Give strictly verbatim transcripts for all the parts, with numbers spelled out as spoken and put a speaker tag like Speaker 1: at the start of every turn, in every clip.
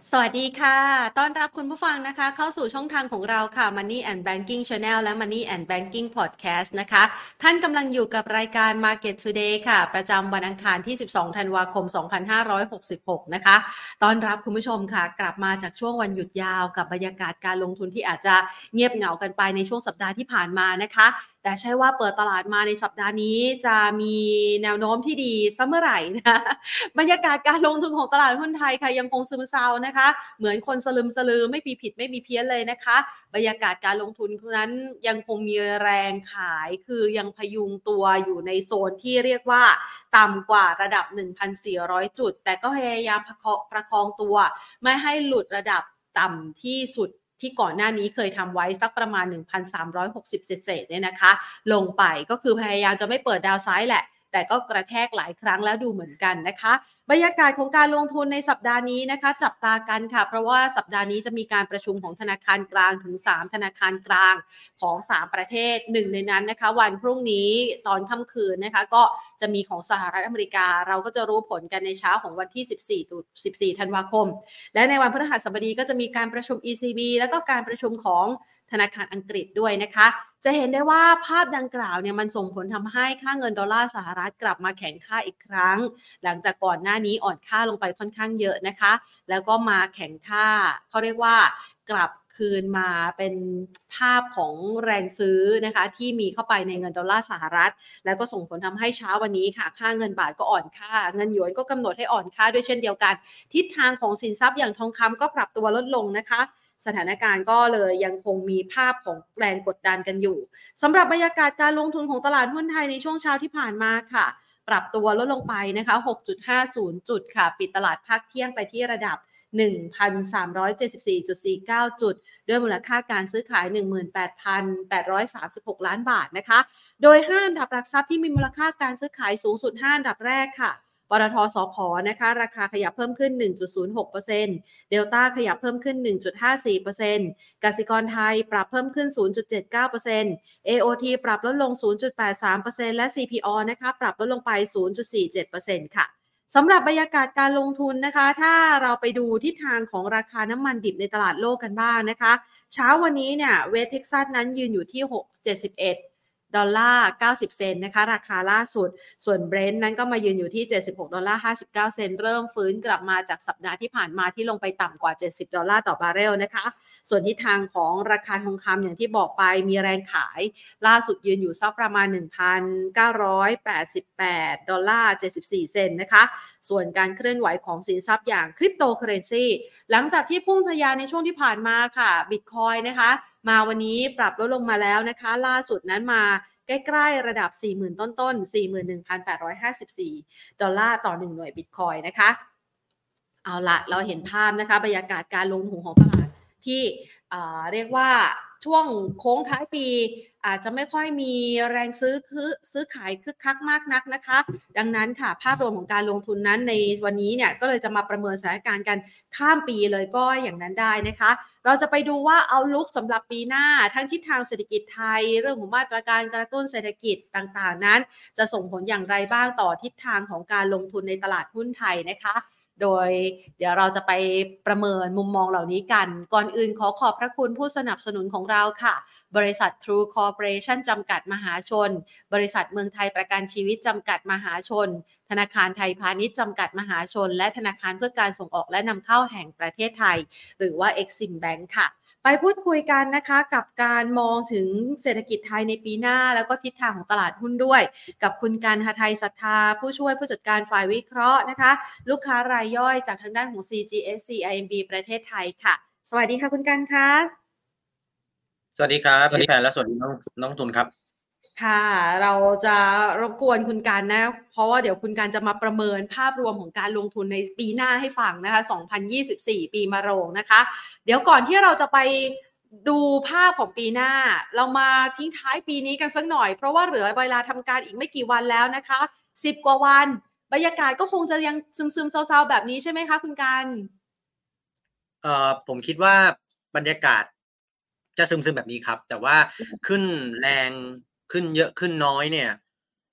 Speaker 1: สวัสดีค่ะ ต้อนรับคุณผู้ฟังนะคะเข้าสู่ช่องทางของเราค่ะ Money and Banking Channel และ Money and Banking Podcast นะคะ ท่านกำลังอยู่กับรายการ Market Today ค่ะ ประจำวันอังคารที่ สิบสอง ธันวาคม สองพันห้าร้อยหกสิบหก นะคะ ต้อนรับคุณผู้ชมค่ะ กลับมาจากช่วงวันหยุดยาวกับบรรยากาศการลงทุนที่อาจจะเงียบเหงากันไปในช่วงสัปดาห์ที่ผ่านมานะคะ แต่ใช่ว่าเปิดตลาดมาในสัปดาห์นี้จะมีแนวโน้มที่ดีเสียเมื่อไหร่นะคะ บรรยากาศการลงทุนของตลาดหุ้นไทยค่ะยังคงซึมเซานะคะ เหมือนคนสลึมสลือไม่มีผิดไม่มีเพี้ยนเลยนะคะบรรยากาศการลงทุนนั้นยังคงมีแรงขายคือยังพยุงตัวอยู่ในโซนที่เรียกว่าต่ำกว่าระดับ หนึ่งพันสี่ร้อย จุดแต่ก็พยายามประคองประคองตัวไม่ให้หลุดระดับต่ำที่สุดที่ก่อนหน้านี้เคยทำไว้สักประมาณ หนึ่งพันสามร้อยหกสิบ เศษๆเนี่ยนะคะลงไปก็คือพยายามจะไม่เปิดดาวไซด์แหละแต่ก็กระแทกหลายครั้งแล้วดูเหมือนกันนะคะบรรยากาศของการลงทุนในสัปดาห์นี้นะคะจับตากันค่ะเพราะว่าสัปดาห์นี้จะมีการประชุมของธนาคารกลางถึงสามธนาคารกลางของสามประเทศหนึ่งในนั้นนะคะวันพรุ่งนี้ตอนค่ำคืนนะคะก็จะมีของสหรัฐอเมริกาเราก็จะรู้ผลกันในเช้าของวันที่สิบสี่ตุสิบสี่ธันวาคมและในวันพฤหัสบดีก็จะมีการประชุม อี ซี บี แล้วก็การประชุมของธนาคารอังกฤษด้วยนะคะจะเห็นได้ว่าภาพดังกล่าวเนี่ยมันส่งผลทำให้ค่าเงินดอลลาร์สหรัฐกลับมาแข็งค่าอีกครั้งหลังจากก่อนหน้านี้อ่อนค่าลงไปค่อนข้างเยอะนะคะแล้วก็มาแข็งค่าเขาเรียกว่ากลับคืนมาเป็นภาพของแรงซื้อนะคะที่มีเข้าไปในเงินดอลลาร์สหรัฐแล้วก็ส่งผลทำให้เช้าวันนี้ค่ะค่าเงินบาทก็อ่อนค่าเงินหยวนก็กำหนดให้อ่อนค่าด้วยเช่นเดียวกันทิศทางของสินทรัพย์อย่างทองคำก็ปรับตัวลดลงนะคะสถานการณ์ก็เลยยังคงมีภาพของแรงกดดันกันอยู่สำหรับบรรยากาศการลงทุนของตลาดหุ้นไทยในช่วงเช้าที่ผ่านมาค่ะปรับตัวลดลงไปนะคะ หกจุดห้าศูนย์ จุดค่ะปิดตลาดภาคเที่ยงไปที่ระดับ หนึ่งพันสามร้อยเจ็ดสิบสี่จุดสี่เก้า จุดด้วยมูลค่าการซื้อขาย หนึ่งหมื่นแปดพันแปดร้อยสามสิบหก ล้านบาทนะคะโดยห้าอันดับหลักทรัพย์ที่มีมูลค่าการซื้อขายสูงสุดห้าอันดับแรกค่ะปตท สผ นะคะราคาขยับเพิ่มขึ้น หนึ่งจุดศูนย์หกเปอร์เซ็นต์ เดลต้าขยับเพิ่มขึ้น หนึ่งจุดห้าสี่เปอร์เซ็นต์ กสิกรไทยปรับเพิ่มขึ้น ศูนย์จุดเจ็ดเก้าเปอร์เซ็นต์ เอ โอ ที ปรับลดลง ศูนย์จุดแปดสามเปอร์เซ็นต์ และ ซี พี โอ นะคะปรับลดลงไป ศูนย์จุดสี่เจ็ดเปอร์เซ็นต์ ค่ะสำหรับบรรยากาศการลงทุนนะคะถ้าเราไปดูทิศทางของราคาน้ำมันดิบในตลาดโลกกันบ้างนะคะเช้าวันนี้เนี่ยเวสเท็กซัสนั้นยืนอยู่ที่หก เจ็ดสิบเอ็ดดอลลาร์เก้าสิบเซนต์นะคะราคาล่าสุดส่วนเบรนท์นั้นก็มายืนอยู่ที่เจ็ดสิบหกดอลลาร์ห้าสิบเก้าเซนต์เริ่มฟื้นกลับมาจากสัปดาห์ที่ผ่านมาที่ลงไปต่ำกว่าเจ็ดสิบดอลลาร์ต่อบาร์เรลนะคะส่วนทิศทางของราคาทองคำอย่างที่บอกไปมีแรงขายล่าสุดยืนอยู่สักประมาณ หนึ่งพันเก้าร้อยแปดสิบแปดดอลลาร์เจ็ดสิบสี่เซนต์นะคะส่วนการเคลื่อนไหวของสินทรัพย์อย่างคริปโตเคอเรนซีหลังจากที่พุ่งทะยานในช่วงที่ผ่านมาค่ะบิตคอยนะคะมาวันนี้ปรับลดลงมาแล้วนะคะล่าสุดนั้นมาใกล้ๆระดับ สี่หมื่น ต้นๆ สี่หมื่นหนึ่งพันแปดร้อยห้าสิบสี่ ดอลลาร์ต่อหนึ่งหน่วยบิตคอยนะคะเอาละเราเห็นภาพนะคะบรรยากาศการลงทุนของตลาดที่เรียกว่าช่วงโค้งท้ายปีอาจจะไม่ค่อยมีแรงซื้อคือซื้อขายคึกคักมากนักนะคะดังนั้นค่ะภาพรวมของการลงทุนนั้นในวันนี้เนี่ยก็เลยจะมาประเมินสถานการณ์กันข้ามปีเลยก็อย่างนั้นได้นะคะเราจะไปดูว่าเอาลุกสำหรับปีหน้าทั้งทิศทางเศรษฐกิจไทยเรื่องของมาตรการกระตุ้นเศรษฐกิจต่างๆนั้นจะส่งผลอย่างไรบ้างต่อทิศทางของการลงทุนในตลาดหุ้นไทยนะคะโดยเดี๋ยวเราจะไปประเมินมุมมองเหล่านี้กันก่อนอื่นขอขอบพระคุณผู้สนับสนุนของเราค่ะบริษัท True Corporation จำกัดมหาชนบริษัทเมืองไทยประกันชีวิตจำกัดมหาชนธนาคารไทยพาณิชย์จำกัดมหาชนและธนาคารเพื่อการส่งออกและนำเข้าแห่งประเทศไทยหรือว่า Exim Bank ค่ะไปพูดคุยกันนะคะกับการมองถึงเศรษฐกิจไทยในปีหน้าแล้วก็ทิศทางของตลาดหุ้นด้วยกับคุณกันหทัยศรัทธาผู้ช่วยผู้จัดการฝ่ายวิเคราะห์นะคะลูกค้ารายย่อยจากทางด้านของ ซี จี เอส ซี ไอ เอ็ม บี ประเทศไทยค่ะสวัสดีค่ะคุณกันคะ
Speaker 2: สวัสดีครับพี่แพนและสวัสดีน้องน้องทุนครับ
Speaker 1: ค่ะเราจะรบกวนคุณกันนะเพราะว่าเดี๋ยวคุณกันจะมาประเมินภาพรวมของการลงทุนในปีหน้าให้ฟังนะคะสองพันยี่สิบสี่ปีมะโรงนะคะเดี๋ยวก่อนที่เราจะไปดูภาพของปีหน้าเรามาทิ้งท้ายปีนี้กันสักหน่อยเพราะว่าเหลือเวลาทำการอีกไม่กี่วันแล้วนะคะสิบกว่าวันบรรยากาศก็คงจะยังซึมๆเศร้าๆแบบนี้ใช่ไหมคะคุณกัน
Speaker 2: เอ่อผมคิดว่าบรรยากาศจะซึมๆแบบนี้ครับแต่ว่าขึ้นแรงขึ้นเยอะขึ้นน้อยเนี่ย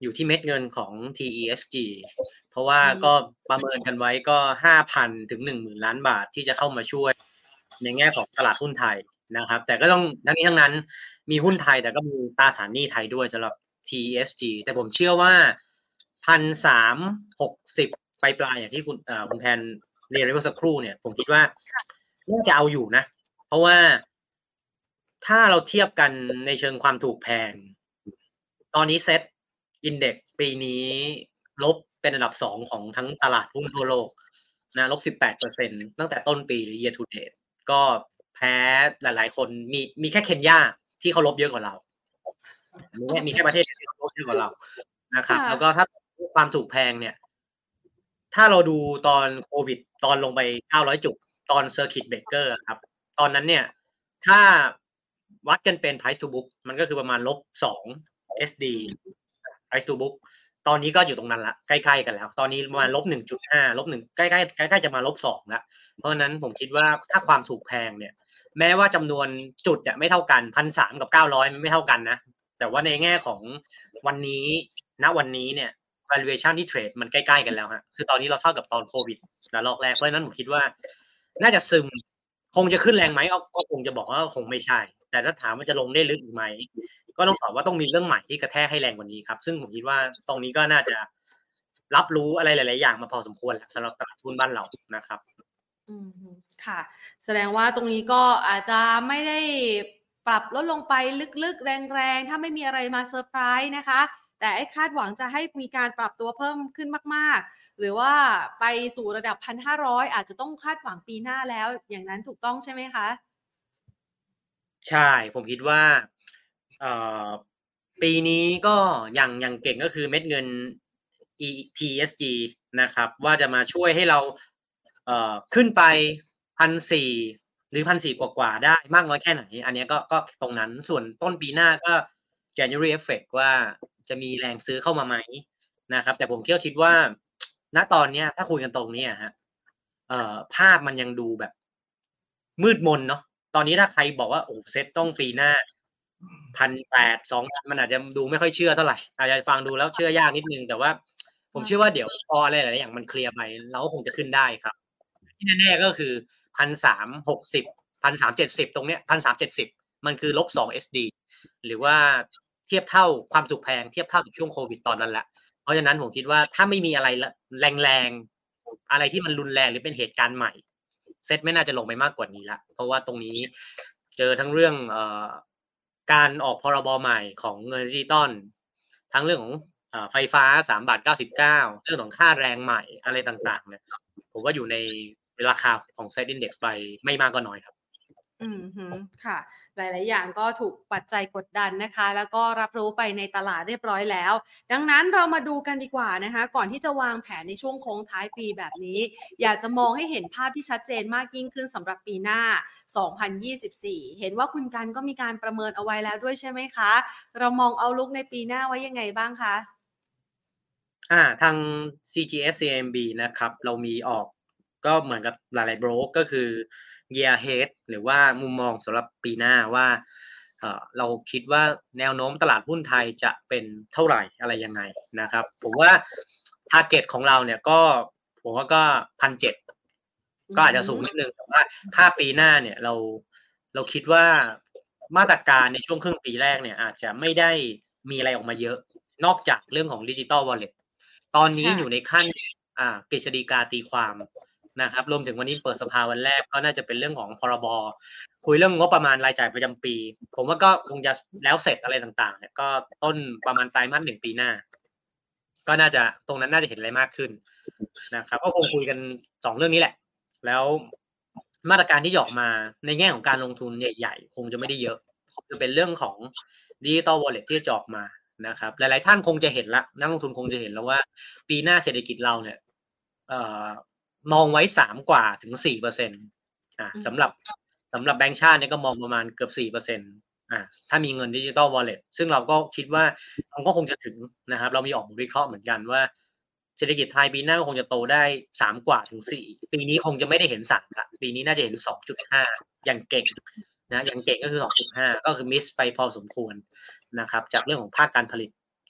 Speaker 2: อยู่ที่เม็ดเงินของ ที อี เอส จี เพราะว่า
Speaker 1: อืม
Speaker 2: ก็ประเมินกันไว้ก็ ห้าพัน ถึง หนึ่งหมื่น ล้านบาทที่จะเข้ามาช่วยในแง่ของตลาดหุ้นไทยนะครับ แต่ก็ต้องทั้งนี้ทั้งนั้นมีหุ้นไทยแต่ก็มีตราสารหนี้ไทยด้วยสำหรับ ที อี เอส จี แต่ผมเชื่อว่า หนึ่งพันสามร้อยหกสิบ ปลายๆอย่างที่คุณเอ่อคุณแพนเรียนไปเมื่อสักครู่เนี่ยผมคิดว่าน่าจะเอาอยู่นะ เพราะว่าถ้าเราเทียบกันในเชิงความถูกแพงตอนนี้เซ็ตอินเด็กซ์ปีนี้ลบเป็นอันดับสองของทั้งตลาดหุ้นทั่วโลกนะลบ สิบแปดเปอร์เซ็นต์ ตั้งแต่ต้นปีหรือ year to date ก็แพ้หลายๆคนมีมีแค่เคนยาที่เขาลบเยอะกว่าเรามีแค่มีแค่ประเทศที่เขาลบเยอะกว่าเรานะครับ
Speaker 1: ค่ะ
Speaker 2: แล้วก็ถ้าความถูกแพงเนี่ย ถ้าเราดูตอนโควิดตอนลงไปเก้าร้อยจุดตอน Circuit Breaker อะครับ ตอนนั้นเนี่ยถ้าวัดกันเป็น Price to Book มันก็คือประมาณ ลบสอง เอส ดี Price to Book ตอนนี้ก็อยู่ตรงนั้นละใกล้ๆกันแล้ว ตอนนี้ประมาณ ลบหนึ่งจุดห้า ลบหนึ่งใกล้ๆใกล้ๆจะมา ลบสองแล้วเพราะฉะนั้นผมคิดว่าถ้าความถูกแพงเนี่ย แม้ว่าจำนวนจุดเนี่ยไม่เท่ากัน หนึ่งพันสามร้อย กับ เก้าร้อย มันไม่เท่ากันนะ แต่ว่าในแง่ของวันนี้ณวันนี้เนี่ย valuation ที่เทรดมันใกล้ๆกันแล้วฮะคือตอนนี้เราเท่ากับตอนโควิดระลอกแรกเพราะฉะนั้นผมคิดว่าน่าจะซึมคงจะขึ้นแรงไหมก็คงจะบอกว่าคงไม่ใช่ แต่ถ้าถามว่าจะลงได้ลึกอีกไหมก็ต้องตอบว่าต้องมีเรื่องใหม่ที่กระแทกให้แรงกว่านี้ครับซึ่งผมคิดว่าตรงนี้ก็น่าจะรับรู้อะไรหลายๆอย่างมาพอสมควรแหละสำหรับตลาดหุ้นบ้านเรานะครับ
Speaker 1: อืมค่ะแสดงว่าตรงนี้ก็อาจจะไม่ได้ปรับลดลงไปลึกๆแรงๆถ้าไม่มีอะไรมาเซอร์ไพรส์นะคะแต่ไอ้คาดหวังจะให้มีการปรับตัวเพิ่มขึ้นมากๆหรือว่าไปสู่ระดับ หนึ่งพันห้าร้อย อาจจะต้องคาดหวังปีหน้าแล้วอย่างนั้นถูกต้องใช่ไหมคะ
Speaker 2: ใช่ผมคิดว่าเอ่อปีนี้ก็อย่างอย่างเก่งก็คือเม็ดเงิน อี ที เอส จี นะครับว่าจะมาช่วยให้เราเอ่อขึ้นไป หนึ่งพันสี่ร้อย หรือ หนึ่งพันสี่ร้อย กว่าๆได้มากน้อยแค่ไหนอันนี้ก็ก็ตรงนั้นส่วนต้นปีหน้าก็ January Effect ว่าจะมีแรงซื้อเข้ามาไหมนะครับแต่ผมเที่ยวคิดว่าณตอนเนี้ยถ้าคุยกันตรงนี้อะฮะเอ่อภาพมันยังดูแบบมืดมนเนาะตอนนี้ถ้าใครบอกว่าโอ้เซ็ตต้องปีหน้า หนึ่งพันแปดร้อย สองพัน มันอาจจะดูไม่ค่อยเชื่อเท่าไรอาจจะฟังดูแล้วเชื่อยากนิดหนึ่งแต่ว่าผมเชื่อว่าเดี๋ยวพออะไรหลายๆอย่างมันเคลียร์ไปเราก็คงจะขึ้นได้ครับที่แน่ๆก็คือ หนึ่งพันสามร้อยหกสิบ หนึ่งพันสามร้อยเจ็ดสิบ ตรงเนี้ย หนึ่งพันสามร้อยเจ็ดสิบ มันคือ ลบสอง เอส ดี หรือว่าเทียบเท่าความถูกแพงเทียบเท่ากับช่วงโควิดตอนนั้นแหละเพราะฉะนั้นผมคิดว่าถ้าไม่มีอะไรแรงๆอะไรที่มันรุนแรงหรือเป็นเหตุการณ์ใหม่เซ็ตไม่น่าจะลงไปมากกว่านี้แล้วเพราะว่าตรงนี้เจอทั้งเรื่องเอ่อการออกพรบใหม่ของเงินดิจิตอลทั้งเรื่องของเอ่อไฟฟ้า สามบาทเก้าสิบเก้า เรื่องของค่าแรงใหม่อะไรต่างๆเนี่ยผมว่าอยู่ในราคาของ Set Index ไปไม่มากก็น้อยครับ
Speaker 1: อืมฮึค่ะ หลายๆอย่างก็ถูกปัจจัยกดดันนะคะ แล้วก็รับรู้ไปในตลาดเรียบร้อยแล้ว ดังนั้นเรามาดูกันดีกว่านะคะ ก่อนที่จะวางแผนในช่วงโค้งท้ายปีแบบนี้ อยากจะมองให้เห็นภาพที่ชัดเจนมากยิ่งขึ้นสำหรับปีหน้า สองพันยี่สิบสี่ เห็นว่าคุณกันก็มีการประเมินเอาไว้แล้วด้วยใช่ไหมคะ เรามองเอาลุกในปีหน้าไว้ยังไงบ้างคะ
Speaker 2: อาทาง ซี จี เอส ซี เอ็ม บี นะครับเรามีออกก็เหมือนกับหลายๆโบรกก็คือ Year Ahead หรือว่ามุมมองสำหรับปีหน้าว่าเอ่อเราคิดว่าแนวโน้มตลาดหุ้นไทยจะเป็นเท่าไรอะไรยังไงนะครับผมว่า target ของเราเนี่ยก็ผมว่าก็ หนึ่งพันเจ็ดร้อย ก็อาจจะสูงนิดหนึ่งแต่ว่าถ้าปีหน้าเนี่ยเราเราคิดว่ามาตรการในช่วงครึ่งปีแรกเนี่ยอาจจะไม่ได้มีอะไรออกมาเยอะนอกจากเรื่องของ Digital Wallet ตอนนี้อยู่ในขั้นอ่ากฤษฎีกาตีความนะครับรวมถึงวันนี้เปิดสภาวันแรกก็น่าจะเป็นเรื่องของพรบคุยเรื่องงบประมาณรายจ่ายประจำปีผมว่าก็คงจะแล้วเสร็จอะไรต่างๆเนี่ยก็ต้นประมาณไตรมาสหนึ่งปีหน้าก็น่าจะตรงนั้นน่าจะเห็นอะไรมากขึ้นนะครับก็คงคุยกันสองเรื่องนี้แหละแล้วมาตรการที่จะออกมาในแง่ของการลงทุนใหญ่ๆคงจะไม่ได้เยอะคงจะเป็นเรื่องของ Digital Wallet ที่จะออกมานะครับหลายๆท่านคงจะเห็นแล้วนักลงทุนคงจะเห็นแล้วว่าปีหน้าเศรษฐกิจเราเนี่ยเอ่อมองไว้สามกว่าถึง สี่เปอร์เซ็นต์ อ่าสำหรับสำหรับแบงก์ชาติเนี่ยก็มองประมาณเกือบ สี่เปอร์เซ็นต์ อ่าถ้ามีเงิน Digital Wallet ซึ่งเราก็คิดว่ามันก็คงจะถึงนะครับเรามีออกบทวิเคราะห์เหมือนกันว่าเศรษฐกิจไทยปีหน้าก็คงจะโตได้สามกว่าถึงสี่ปีนี้คงจะไม่ได้เห็นสามละปีนี้น่าจะเห็น สองจุดห้า อย่างเก่งนะอย่างเก่งก็คือ สองจุดห้า ก็คือมิสไปพอสมควรนะครับจากเรื่องของภาคการผลิต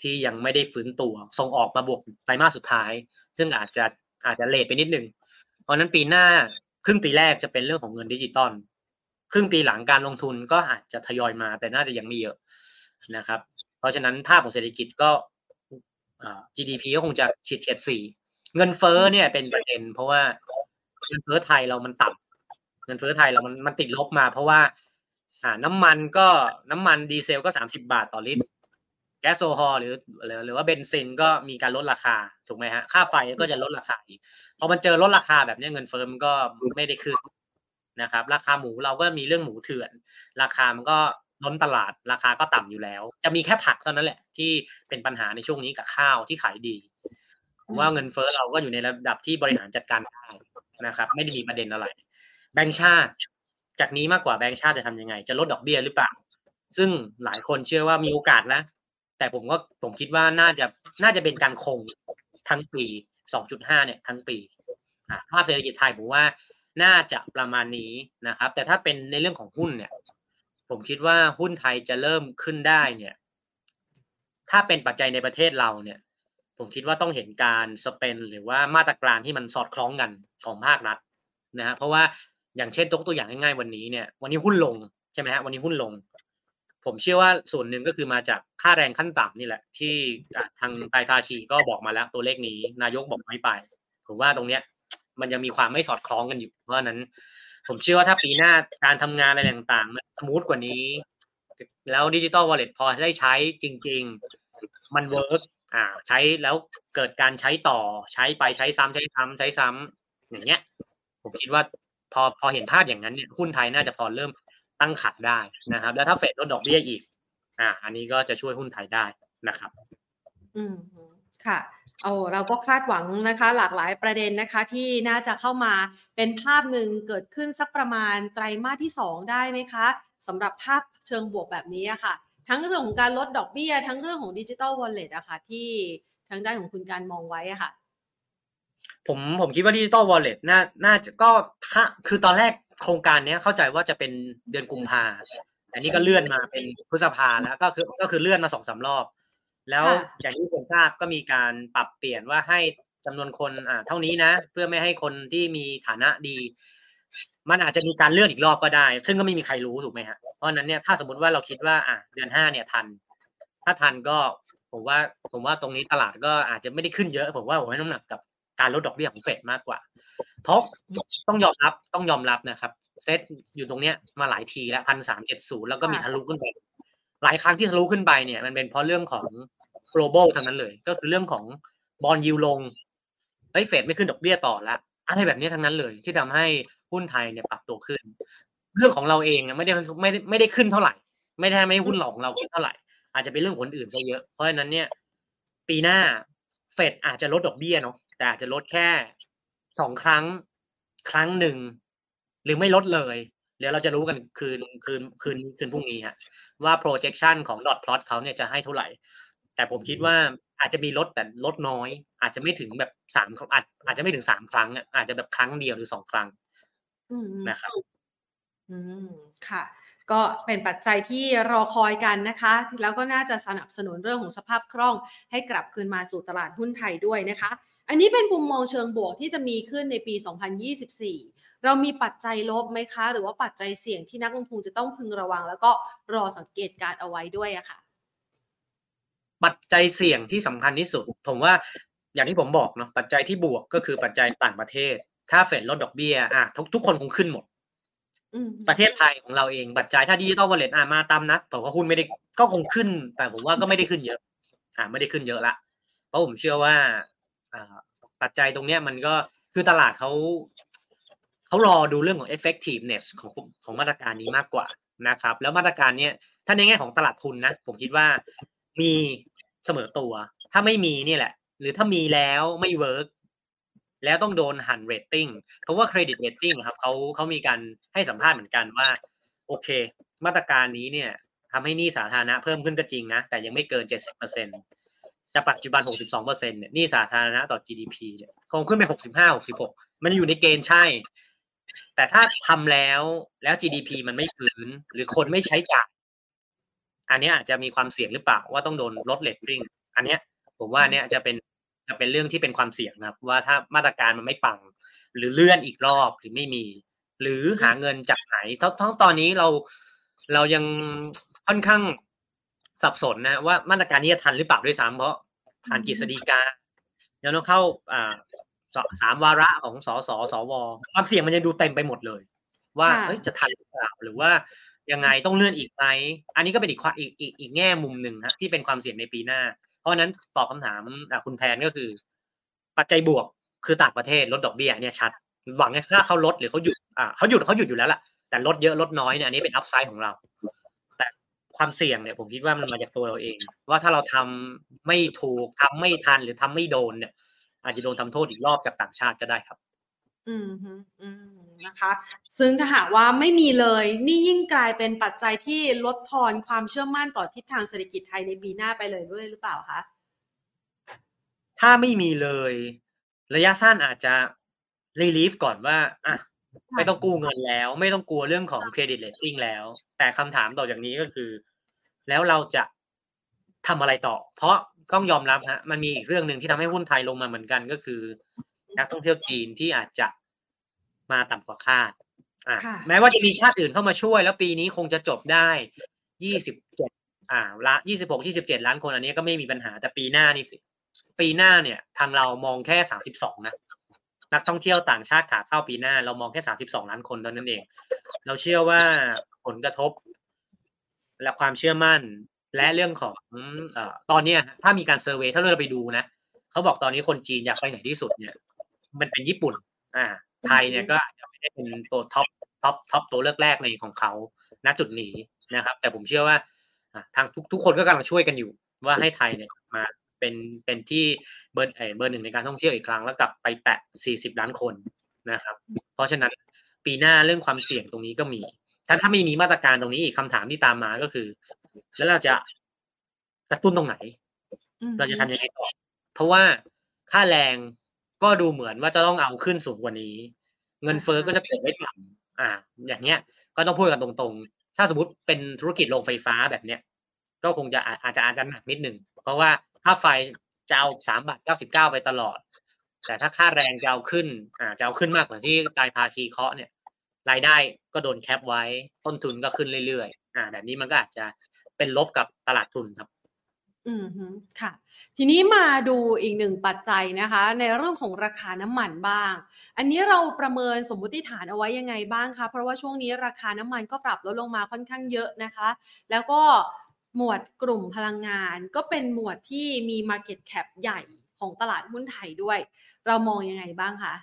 Speaker 2: ที่ยังไม่ได้ฟื้นตัวส่งออกมาบวกไตรมาสสุดท้ายซึ่งอาจจะอาจจะเลทไปนิดนึงเพราะนั้นปีหน้าครึ่งปีแรกจะเป็นเรื่องของเงินดิจิตอลครึ่งปีหลังการลงทุนก็อาจจะทยอยมาแต่น่าจะยังไม่เยอะนะครับเพราะฉะนั้นภาพของเศรษฐกิจก็ จี ดี พี ก็คงจะเฉียดเฉียดสี่เงินเฟ้อเนี่ยเป็นประเด็นเพราะว่าเงินเฟ้อไทยเรามันต่ำเงินเฟ้อไทยเรามันมันติดลบมาเพราะว่าอ่าน้ำมันก็น้ำมันดีเซลก็สามสิบบาทต่อลิตรแก๊สโซฮอล์หรือหรือหรือว่าเบนซินก็มีการลดราคาถูกไหมฮะค่าไฟก็จะลดราคาอีกพอมันเจอลดราคาแบบนี้เงินเฟ้อมันก็ไม่ได้ขึ้นนะครับราคาหมูเราก็มีเรื่องหมูเถื่อนราคามันก็ล้นตลาดราคาก็ต่ำอยู่แล้วจะมีแค่ผักเท่านั้นแหละที่เป็นปัญหาในช่วงนี้กับข้าวที่ขายดีว่าเงินเฟ้อเราก็อยู่ในระดับที่บริหารจัดการได้นะครับไม่ได้มีประเด็นอะไรแบงก์ชาติจากนี้มากกว่าแบงก์ชาติจะทำยังไงจะลดดอกเบี้ยหรือเปล่าซึ่งหลายคนเชื่อว่ามีโอกาสนะแต่ผมก็ผมคิดว่าน่าจะน่าจะเป็นการคงทั้งปี สองจุดห้า เนี่ยทั้งปีภาพเศรษฐกิจไทยผมว่าน่าจะประมาณนี้นะครับแต่ถ้าเป็นในเรื่องของหุ้นเนี่ยผมคิดว่าหุ้นไทยจะเริ่มขึ้นได้เนี่ยถ้าเป็นปัจจัยในประเทศเราเนี่ยผมคิดว่าต้องเห็นการสเปนหรือว่ามาตรการที่มันสอดคล้องกันของภาครัฐนะฮะเพราะว่าอย่างเช่นตัวตัวอย่างง่ายๆวันนี้เนี่ยวันนี้หุ้นลงใช่ไหมฮะวันนี้หุ้นลงผมเชื่อว่าส่วนหนึ่งก็คือมาจากค่าแรงขั้นต่ำนี่แหละที่ทางไตรภาคีก็บอกมาแล้วตัวเลขนี้นายกบอกไม่ไปผมว่าตรงเนี้ยมันยังมีความไม่สอดคล้องกันอยู่เพราะฉะนั้นผมเชื่อว่าถ้าปีหน้าการทำงานอะไรต่างๆมันสมูทกว่านี้แล้วดิจิตอลวอลเล็ตพอได้ใช้จริงๆมันเวิร์กอ่าใช้แล้วเกิดการใช้ต่อใช้ไปใช้ซ้ำใช้ซ้ำใช้ซ้ำอย่างเงี้ยผมคิดว่าพอพอเห็นภาพอย่างนั้นเนี่ยหุ้นไทยน่าจะพอเริ่มตั้งขัดได้นะครับแล้วถ้าเฟดลดดอกเบี้ยอีกอ่าอันนี้ก็จะช่วยหุ้นไทยได้นะครับ
Speaker 1: อืมค่ะโอ้เราก็คาดหวังนะคะหลากหลายประเด็นนะคะที่น่าจะเข้ามาเป็นภาพหนึ่งเกิดขึ้นสักประมาณไตรมาสที่สองได้ไหมคะสำหรับภาพเชิงบวกแบบนี้อะค่ะทั้งเรื่องของการลดดอกเบี้ยทั้งเรื่องของดิจิทัลวอลเล็ตอะค่ะที่ทางด้านของคุณการมองไว้อะค่ะ
Speaker 2: ผมผมคิดว่าดิจิตอลวอลเล็ตน่าน่าจะก็ถ้าคือตอนแรกโครงการนี้เข้าใจว่าจะเป็นเดือนกุมภาแต่นี่ก็เลื่อนมาเป็นพฤษภาแล้วก็คือก็คือเลื่อนมาสองสามรอบแล้วอย่างที่ผมทราบก็มีการปรับเปลี่ยนว่าให้จำนวนคนอ่าเท่านี้นะเพื่อไม่ให้คนที่มีฐานะดีมันอาจจะมีการเลื่อนอีกรอบก็ได้ซึ่งก็ไม่มีใครรู้ถูกไหมฮะเพราะนั้นเนี่ยถ้าสมมติว่าเราคิดว่าอ่ะเดือนห้าเนี่ยทันถ้าทันก็ผมว่าผมว่าตรงนี้ตลาดก็อาจจะไม่ได้ขึ้นเยอะผมว่าผมให้น้ำหนักกับการลดดอกเบี้ยของเฟดมากกว่าเพราะต้องยอมรับต้องยอมรับนะครับเซตอยู่ตรงเนี้ยมาหลายทีแล้วพันสามเจ็ดศูนย์แล้วก็มีทะลุขึ้นไปหลายครั้งที่ทะลุขึ้นไปเนี่ยมันเป็นเพราะเรื่องของ global ทั้งนั้นเลยก็คือเรื่องของบอนด์ยิลด์ลงเฮ้ยเฟดไม่ขึ้นดอกเบี้ยต่อแล้วอะไรแบบนี้ทั้งนั้นเลยที่ทำให้หุ้นไทยเนี่ยปรับตัวขึ้นเรื่องของเราเองไม่ได้ไม่ได้ไม่ได้ขึ้นเท่าไหร่ไม่ได้ไม่หุ้นหลอกของเราขึ้นเท่าไหร่อาจจะเป็นเรื่องคนอื่นซะเยอะเพราะฉะนั้นเนี่ยปีหน้าเฟดอาจจะลดดอกเบี้ยเนาะแต่อาจจะลดแค่สองครั้งครั้งหนึ่งหรือไม่ลดเลยเดี๋ยวเราจะรู้กันคืนคืนคืนคืนพรุ่งนี้ฮะว่า projection ของ dot plot เขาเนี่ยจะให้เท่าไหร่แต่ผมคิดว่าอาจจะมีลดแต่ลดน้อยอาจจะไม่ถึงแบบสามอาจอาจจะไม่ถึงสามครั้งอ่ะอาจจะแบบครั้งเดียวหรือสองครั้งนะครับ
Speaker 1: อืมค่ะก็เป็นปัจจัยที่รอคอยกันนะคะแล้วก็น่าจะสนับสนุนเรื่องของสภาพคล่องให้กลับคืนมาสู่ตลาดหุ้นไทยด้วยนะคะอันนี้เป็นมุมมองเชิงบวกที่จะมีขึ้นในปีสองพันยี่สิบสี่เรามีปัจจัยลบไหมคะหรือว่าปัจจัยเสี่ยงที่นักลงทุนจะต้องพึงระวังแล้วก็รอสังเกตการเอาไว้ด้วยอะค่ะ
Speaker 2: ปัจจัยเสี่ยงที่สำคัญที่สุดผมว่าอย่างที่ผมบอกเนาะปัจจัยที่บวกก็คือปัจจัยต่างประเทศถ้าเฟดลดดอกเบี้ยอ่ะทุกทุกคนคงขึ้นหมดประเทศไทยของเราเองปัจจัยถ้าดิจิตอลวอลเล็ตอ่ะมาตามนัดผมว่าหุ้นไม่ได้ก็คงขึ้นแต่ผมว่าก็ไม่ได้ขึ้นเยอะอ่าไม่ได้ขึ้นเยอะละเพราะผมเชื่อว่าอ่าปัจจัยตรงเนี้ยมันก็คือตลาดเขาเขารอดูเรื่องของ effectiveness ของของมาตรการนี้มากกว่านะครับแล้วมาตรการเนี้ยถ้าในแง่ของตลาดทุนนะผมคิดว่ามีเสมอตัวถ้าไม่มีนี่แหละหรือถ้ามีแล้วไม่เวิร์กแล้วต้องโดนหั่นเรตติ้งเพราะว่าเครดิตเรตติ้งครับเขาเขามีการให้สัมภาษณ์เหมือนกันว่าโอเคมาตรการนี้เนี่ยทำให้หนี้สาธารณะเพิ่มขึ้นก็จริงนะแต่ยังไม่เกิน เจ็ดสิบเปอร์เซ็นต์ แต่ปัจจุบัน หกสิบสองเปอร์เซ็นต์ เนี่ยหนี้สาธารณะต่อ จี ดี พี เนี่ยคงขึ้นไปหกสิบห้า หกสิบหกมันอยู่ในเกณฑ์ใช่แต่ถ้าทำแล้วแล้ว จี ดี พี มันไม่ฟื้นหรือคนไม่ใช้จ่ายอันนี้อาจจะมีความเสี่ยงหรือเปล่าว่าต้องโดนลดเรตติ้งอันเนี้ยผมว่าเนี่ยจะเป็นจะเป็นเรื่องที่เป็นความเสี่ยงนะครับว่าถ้ามาตรการมันไม่ปังหรือเลื่อนอีกรอบหรือไม่มีหรือหาเงินจากไหนทั้งทั้งตอนนี้เราเรายังค่อนข้างสับสนนะว่ามาตรการนี้จะทันหรือเปล่าด้วยซ้ำเพราะผ่านกฤษฎีกายังต้องเข้าอ่าสามวาระของสสสวความเสี่ยงมันยังดูเต็มไปหมดเลยว่าเอ้ยจะทันหรือเปล่าหรือว่ายังไงต้องเลื่อนอีกไหมอันนี้ก็เป็นอีกอีกอีกอีกแง่มุมหนึ่งฮะที่เป็นความเสี่ยงในปีหน้าเพราะนั้นตอบคำถามคุณแพนก็คือปัจจัยบวกคือต่างประเทศลดดอกเบี้ยเนี่ยชัดหวังถ้าเขาลดหรือเขาหยุดอ่าเขาหยุดเขาหยุดอยู่แล้วล่ะแต่ลดเยอะลดน้อยเนี่ยอันนี้เป็นอัพไซด์ของเราแต่ความเสี่ยงเนี่ยผมคิดว่ามันมาจากตัวเราเองว่าถ้าเราทำไม่ถูกทำไม่ทันหรือทำไม่โดนเนี่ยอาจจะโดนทำโทษอีกรอบจากต่างชาติก็ได้ครับ
Speaker 1: อืมอืมนะคะซึ่งถ้าหากว่าไม่มีเลยนี่ยิ่งกลายเป็นปัจจัยที่ลดทอนความเชื่อมั่นต่อทิศทางเศรษฐกิจไทยในปีหน้าไปเลยด้วยหรือเปล่าคะ
Speaker 2: ถ้าไม่มีเลยระยะสั้นอาจจะ relief ก่อนว่าอ่ะไม่ต้องกู้เงินแล้วไม่ต้องกลัวเรื่องของ credit rating แล้วแต่คำถามต่อจากนี้ก็คือแล้วเราจะทำอะไรต่อเพราะต้องยอมรับฮะมันมีอีกเรื่องหนึ่งที่ทำให้หุ้นไทยลงมาเหมือนกันก็คือนักท่องเที่ยวจีนที่อาจจะมาต่ำกว่าคาดอ่ะแม้ว่าจะมีชาติอื่นเข้ามาช่วยแล้วปีนี้คงจะจบได้ยี่สิบเจ็ดอ่าละยี่สิบหก ยี่สิบเจ็ดล้านคนอันนี้ก็ไม่มีปัญหาแต่ปีหน้านี่สิปีหน้าเนี่ยทางเรามองแค่สามสิบสองนะนักท่องเที่ยวต่างชาติขาเข้าปีหน้าเรามองแค่สามสิบสองล้านคนเท่านั้นเองเราเชื่อว่าผลกระทบและความเชื่อมั่นและเรื่องของเอ่อตอนนี้ถ้ามีการเซอร์เวย์ถ้าเราไปดูนะเขาบอกตอนนี้คนจีนอยากไปไหนที่สุดเนี่ยมันเป็นญี่ปุ่นอ่าไทยเนี่ยก็อาจจะไม่ได้เป็นตัวท็อปท็อปท็อปตัวเลือกแรกในของเขาณจุดนี้นะครับแต่ผมเชื่อว่าทางทุกทุกคนก็กำลังช่วยกันอยู่ว่าให้ไทยเนี่ยมาเป็นเป็นที่เบอร์เอ่อเบอร์หนึ่งในการท่องเที่ยวอีกครั้งแล้วกลับไปแตะสี่สิบล้านคนนะครับเพราะฉะนั้นปีหน้าเรื่องความเสี่ยงตรงนี้ก็มีถ้าถ้าไม่มีมาตรการตรงนี้อีกคำถามที่ตามมาก็คือแล้วเราจะกระตุ้นตรงไหนเราจะทำยังไงต่อเพราะว่าค่าแรงก็ดูเหมือนว่าจะต้องเอาขึ้นสูงกว่านี้เงินเฟ้อก็จะเกิดไม่ต่ำอ่าอย่างเงี้ยก็ต้องพูดกันตรงๆถ้าสมมุติเป็นธุรกิจโรงไฟฟ้าแบบเนี้ยก็คงจะอาจจะอาจจะหนักนิดหนึ่งเพราะว่าค่าไฟจะเอาสามบาทเก้าสิบเก้าไปตลอดแต่ถ้าค่าแรงจะเอาขึ้นอ่าจะเอาขึ้นมากกว่าที่ไตรภาคีเคาะเนี่ยรายได้ก็โดนแคปไว้ต้นทุนก็ขึ้นเรื่อยๆอ่าแบบนี้มันก็อาจจะเป็นลบกับตลาดทุนครับ
Speaker 1: อืมค่ะทีนี้มาดูอีกหนึ่งปัจจัยนะคะในเรื่องของราคาน้ำมันบ้างอันนี้เราประเมินสมมุติฐานเอาไว้ยังไงบ้างคะเพราะว่าช่วงนี้ราคาน้ำมันก็ปรับลดลงมาค่อนข้างเยอะนะคะแล้วก็หมวดกลุ่มพลังงานก็เป็นหมวดที่มี market cap ใหญ่ของตลาดหุ้นไทยด้วยเรามองยังไงบ้างคะ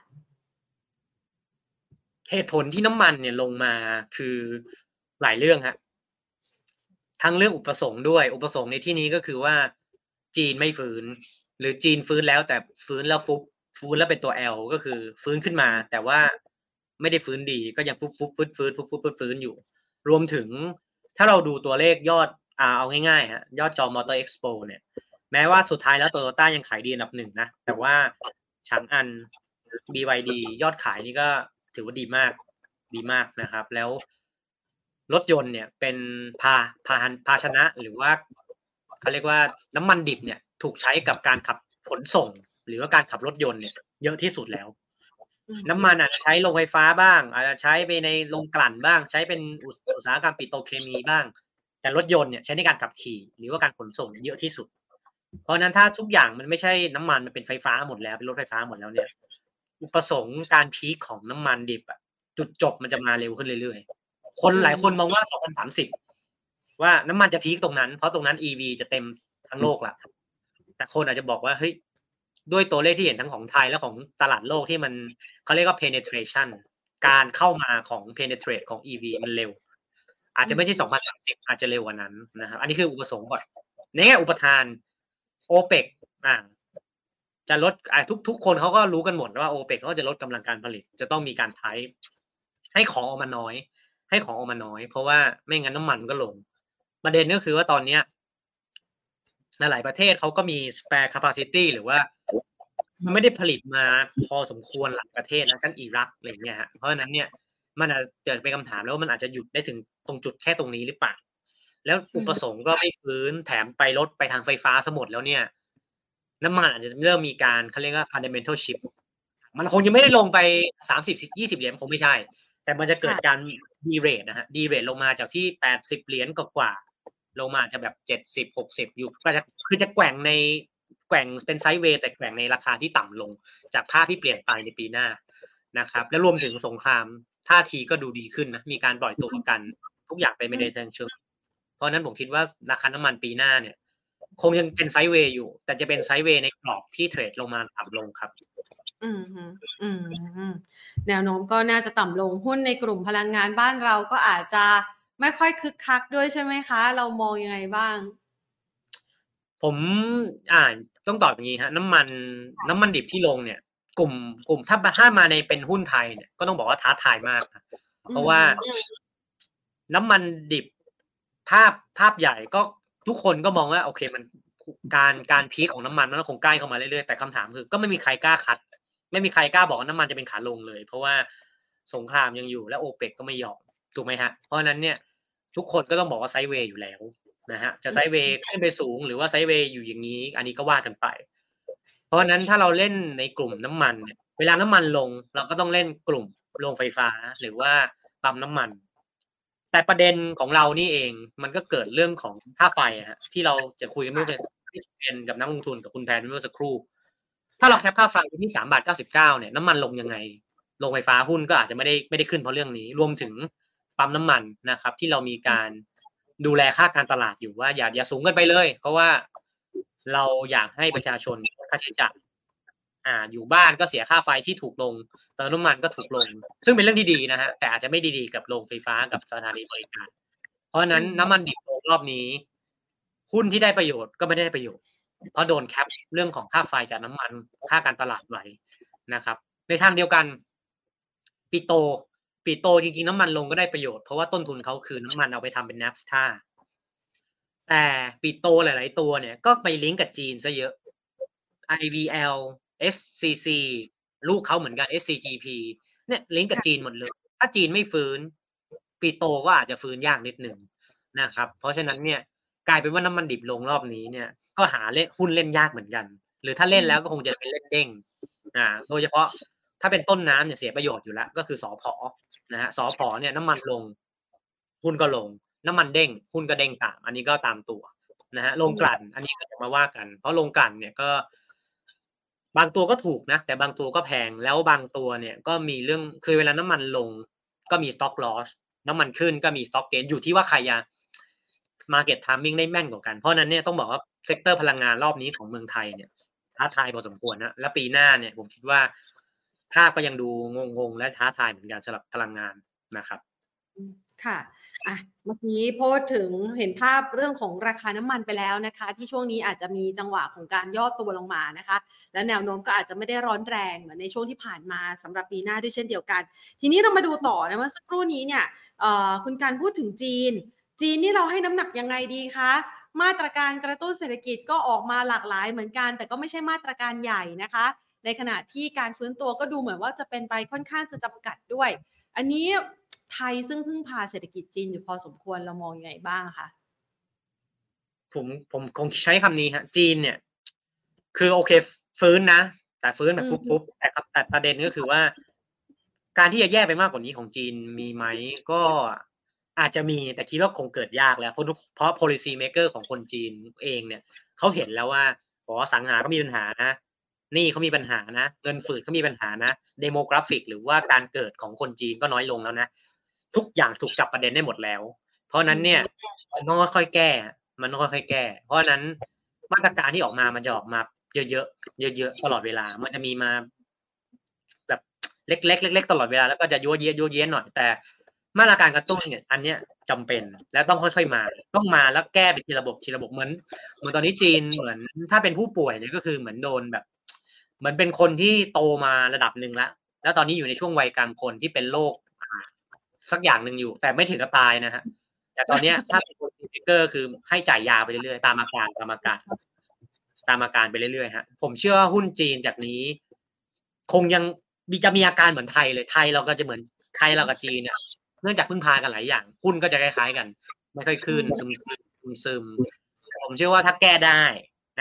Speaker 2: เหตุผลที่น้ำมันเนี่ยลงมาคือหลายเรื่องครับทั้งเรื่องอุปสงค์ด้วยอุปสงค์ในที่นี้ก็คือว่าจีนไม่ฟื้นหรือจีนฟื้นแล้วแต่ฟื้นแล้วฟุบฟื้นแล้วเป็นตัว L ก็คือฟื้นขึ้นมาแต่ว่าไม่ได้ฟื้นดีก็ยังฟุบฟุบฟื้นฟื้นฟุบฟุบฟื้นอยู่รวมถึงถ้าเราดูตัวเลขยอดอ่าเอาง่ายๆฮะยอดจอ Motor Expo เนี่ยแม้ว่าสุดท้ายแล้ว Toyota ยังขายดีอันดับหนึ่งนะแต่ว่าฉางอัน บี วาย ดี ยอดขายนี่ก็ถือว่าดีมากดีมากนะครับแล้วรถยนต์เนี่ยเป็นพาพาหนภาชนะหรือว่าเขาเรียกว่าน้ำมันดิบเนี่ยถูกใช้กับการขับขนส่งหรือว่าการขับรถยนต์เนี่ยเยอะที่สุดแล้วน้ำมันอาจจะใช้โรงไฟฟ้าบ้างอาจจะใช้ไปในโรงกลั่นบ้างใช้เป็นอุตสาหกรรมปิโตรเคมีบ้างแต่รถยนต์เนี่ยใช้ในการขับขี่หรือว่าการขนส่งเยอะที่สุดเพราะนั้นถ้าทุกอย่างมันไม่ใช่น้ำมันมันเป็นไฟฟ้าหมดแล้วเป็นรถไฟฟ้าหมดแล้วเนี่ยอุปสงค์การพีคของน้ำมันดิบอะจุดจบมันจะมาเร็วขึ้นเรื่อยๆคนหลายคนมองว่าสองพันสามสิบว่าน้ำมันจะพีคตรงนั้นเพราะตรงนั้น อี วี จะเต็มทั้งโลกละแต่คนอาจจะบอกว่าเฮ้ยด้วยตัวเลขที่เห็นทั้งของไทยและของตลาดโลกที่มันเขาเรียกว่า penetration การเข้ามาของ penetrate ของ อี วี มันเร็วอาจจะไม่ใช่สองพันสามสิบอาจจะเร็วกว่านั้นนะครับอันนี้คืออุปสงค์ก่อนในแง่อุปทาน โอเปก อ่าจะลดทุกทุกคนเขาก็รู้กันหมดว่า โอเปก เขาจะลดกำลังการผลิตจะต้องมีการไทป์ให้ของออกมาน้อยให้ของออกมาน้อยเพราะว่าไม่งั้นน้ำมันก็ลงประเด็นก็คือว่าตอนเนี้ยหลายๆประเทศเขาก็มี spare capacity หรือว่ามันไม่ได้ผลิตมาพอสมควรหลายประเทศนะเช่นอิรักอะไรเงี้ยฮะเพราะฉะนั้นเนี่ยมันอาจจะเกิดเป็นคำถามแล้วว่ามันอาจจะหยุดได้ถึงตรงจุดแค่ตรงนี้หรือเปล่าแล้วอุปสงค์ก็ไม่ฟื้นแถมไปลดไปทางไฟฟ้าซะหมดแล้วเนี่ยน้ำมันอาจจะเริ่มมีการเขาเรียกว่า fundamental shift มันคงยังไม่ได้ลงไปสามสิบ ยี่สิบเหรียญคงไม่ใช่แต่มันจะเกิดการ de-rate นะฮะ de-rate ลงมาจากที่แปดสิบเหรียญกว่าๆลงมาจะแบบเจ็ดสิบ หกสิบอยู่ก็จะคือจะแกว่งในแกว่งเป็นไซด์เวย์แต่แกว่งในราคาที่ต่ำลงจากภาพที่เปลี่ยนไปในปีหน้านะครับและรวมถึงสงครามท่าทีก็ดูดีขึ้นนะมีการปล่อยตัวประกันทุกอย่างเป็นไปในทางเชิงเพราะนั้นผมคิดว่าราคาน้ำมันปีหน้าเนี่ยคงยังเป็นไซด์เวย์อยู่แต่จะเป็นไซด์เวย์ในกรอบที่เทรดลงมาต่ำลงครับ
Speaker 1: อืมอืมแนวโน้มก็น่าจะต่ำลงหุ้นในกลุ่มพลังงานบ้านเราก็อาจจะไม่ค่อยคึกคักด้วยใช่ไหมคะเรามองยังไงบ้าง
Speaker 2: ผมอ่านต้องตอบอย่างนี้ฮะน้ำมันน้ำมันดิบที่ลงเนี่ยกลุ่มกลุ่มถ้าถ้ามาในเป็นหุ้นไทยเนี่ยก็ต้องบอกว่าท้าทายมากนะเพราะว่าน้ำมันดิบภาพภาพใหญ่ก็ทุกคนก็มองว่าโอเคมันการการพีคของน้ำมันมันคงใกล้เข้ามาเรื่อยๆแต่คำถามคือก็ไม่มีใครกล้าคัดไม่มีใครกล้าบอกว่าน้ำมันจะเป็นขาลงเลยเพราะว่าสงครามยังอยู่และโอเปกก็ไม่ยอมถูกไหมฮะเพราะฉะนั้นเนี่ยทุกคนก็ต้องบอกว่าไซด์เวย์อยู่แล้วนะฮะจะไซด์เวย์ขึ้นไปสูงหรือว่าไซด์เวย์อยู่อย่างนี้อันนี้ก็ว่ากันไปเพราะฉะนั้นถ้าเราเล่นในกลุ่มน้ำมันเนี่ยเวลาน้ำมันลงเราก็ต้องเล่นกลุ่มโรงไฟฟ้าหรือว่าปั๊มน้ำมันแต่ประเด็นของเรานี่เองมันก็เกิดเรื่องของค่าไฟอะฮะที่เราจะคุยกันเมื่อเป็นกับนักลงทุนกับคุณแพนเมื่อสักครู่ถ้าเราแคปค่าไฟที่สามบาทเก้าสิบเก้าเนี่ยน้ำมันลงยังไงโรงไฟฟ้าหุ้นก็อาจจะไม่ได้ไม่ได้ขึ้นเพราะเรื่องนี้รวมถึงปั๊มน้ำมันนะครับที่เรามีการดูแลค่าการตลาดอยู่ว่าอย่าอย่าสูงเกินไปเลยเพราะว่าเราอยากให้ประชาชนค่าใช้จ่ายอ่าอยู่บ้านก็เสียค่าไฟที่ถูกลงเติมน้ำมันก็ถูกลงซึ่งเป็นเรื่องที่ดีนะฮะแต่อาจจะไม่ดีๆกับโรงไฟฟ้ากับสถานีบริการเพราะฉะนั้นน้ำมันดิบลงรอบนี้หุ้นที่ได้ประโยชน์ก็ไม่ได้ประโยชน์เพราะโดนแคปเรื่องของค่าไฟกับน้ำมันค่าการตลาดไว้นะครับในทางเดียวกันปิโตรปิโตรจริงๆน้ำมันลงก็ได้ประโยชน์เพราะว่าต้นทุนเขาคือน้ำมันเอาไปทำเป็นนาฟท่าแต่ปิโตรหลายๆตัวเนี่ยก็ไปลิงก์กับจีนซะเยอะ ไอ วี แอล เอส ซี ซี ลูกเขาเหมือนกัน เอส ซี จี พี เนี่ยลิงก์กับจีนหมดเลยถ้าจีนไม่ฟื้นปิโตรก็อาจจะฟื้นยากนิดหนึ่งนะครับเพราะฉะนั้นเนี่ยกลายเป็นว่าน้ำมันดิบลงรอบนี้เนี่ยก็หาเล่นหุ้นเล่นยากเหมือนกันหรือถ้าเล่นแล้วก็คงจะเป็นเล่นเด้งอ่าโดยเฉพาะถ้าเป็นต้นน้ำเนี่ยเสียประโยชน์อยู่แล้วก็คือสผนะฮะสผเนี่ยน้ำมันลงหุ้นก็ลงน้ำมันเด้งหุ้นก็เด้งตามอันนี้ก็ตามตัวนะฮะโรงกลั่นอันนี้ก็จะมาว่ากันเพราะโรงกลั่นเนี่ยก็บางตัวก็ถูกนะแต่บางตัวก็แพงแล้วบางตัวเนี่ยก็มีเรื่องคือเวลาน้ำมันลงก็มี stock loss น้ำมันขึ้นก็มี stock gain อยู่ที่ว่าใครจะ market timing ได้แม่นกว่ากันเพราะนั้นเนี่ยต้องบอกว่าเซกเตอร์พลังงานรอบนี้ของเมืองไทยเนี่ยท้าทายพอสมควรนะและปีหน้าเนี่ยผมคิดว่าภาพก็ยังดูงงๆและท้าทายเหมือนกันสำหรับพลังงานนะครับ
Speaker 1: ค่ะอ่ะเมื่อกี้พูดถึงเห็นภาพเรื่องของราคาน้ำมันไปแล้วนะคะที่ช่วงนี้อาจจะมีจังหวะของการย่อตัวลงมานะคะและแนวโน้มก็อาจจะไม่ได้ร้อนแรงเหมือนในช่วงที่ผ่านมาสำหรับปีหน้าด้วยเช่นเดียวกันทีนี้เรามาดูต่อนะเมื่อสักครู่นี้เนี่ยคุณการพูดถึงจีนจีนนี่เราให้น้ำหนักยังไงดีคะมาตรการกระตุ้นเศรษฐกิจก็ออกมาหลากหลายเหมือนกันแต่ก็ไม่ใช่มาตรการใหญ่นะคะในขณะที่การฟื้นตัวก็ดูเหมือนว่าจะเป็นไปค่อนข้างจะจำกัดด้วยอันนี้ไทยซึ่งพึ่งพาเศรษฐกิจจีนอยู่พอสมควรเรามองยังไงบ้างคะ
Speaker 2: ผมผมคงใช้คำนี้ฮะจีนเนี่ยคือโอเคฟื้นนะแต่ฟื้นแบบปุ๊บๆแต่แต่ประเด็นก็คือว่าการที่จะแย่ไปมากกว่านี้ของจีนมีไหมก็อาจจะมีแต่คิดว่าคงเกิดยากแล้วเพราะเพราะ policy maker ของคนจีนเองเนี่ยเขาเห็นแล้วว่าอ๋อสังหาก็มีปัญหานะนี่เขามีปัญหานะเงินฝืดเขามีปัญหานะ demographic หรือว่าการเกิดของคนจีนก็น้อยลงแล้วนะทุกอย่างถูกจับประเด็นได้หมดแล้วเพราะนั้นเนี่ยมันต้องค่อยๆแก้มันต้องค่อยๆแก้เพราะนั้นมาตรการที่ออกมามันจะออกมาเยอะๆเยอะๆตลอดเวลามันจะมีมาแบบเล็กๆเล็กๆตลอดเวลาแล้วก็จะยั่วเย้ยยั่วเย้ยหน่อยแต่มาตรการกระตุ้นเนี่ยอันเนี้ยจำเป็นและต้องค่อยๆมาต้องมาแล้วแก้ไปทีระบบทีระบบเหมือนเหมือนตอนนี้จีนเหมือนถ้าเป็นผู้ป่วยเนี่ยก็คือเหมือนโดนแบบเหมือนเป็นคนที่โตมาระดับหนึ่งแล้วแล้วตอนนี้อยู่ในช่วงวัยกลางคนที่เป็นโรคสักอย่างหนึ่งอยู่แต่ไม่ถึงกับตายนะฮะแต่ตอนนี้ถ้าเป็นคนซิกเกอร์คือให้จ่ายยาไปเรื่อยๆตามอาการตามอาการตามอาการไปเรื่อยๆฮะผมเชื่อว่าหุ้นจีนจากนี้คงยังมีจะมีอาการเหมือนไทยเลยไทยเราก็จะเหมือนไทยเรากับจีนเนี่ยเนื่องจากพึ่งพากันหลายอย่างหุ้นก็จะคล้ายๆกันไม่ค่อยขึ้นซึมๆซึมๆผมเชื่อว่าถ้าแก้ได้อ่า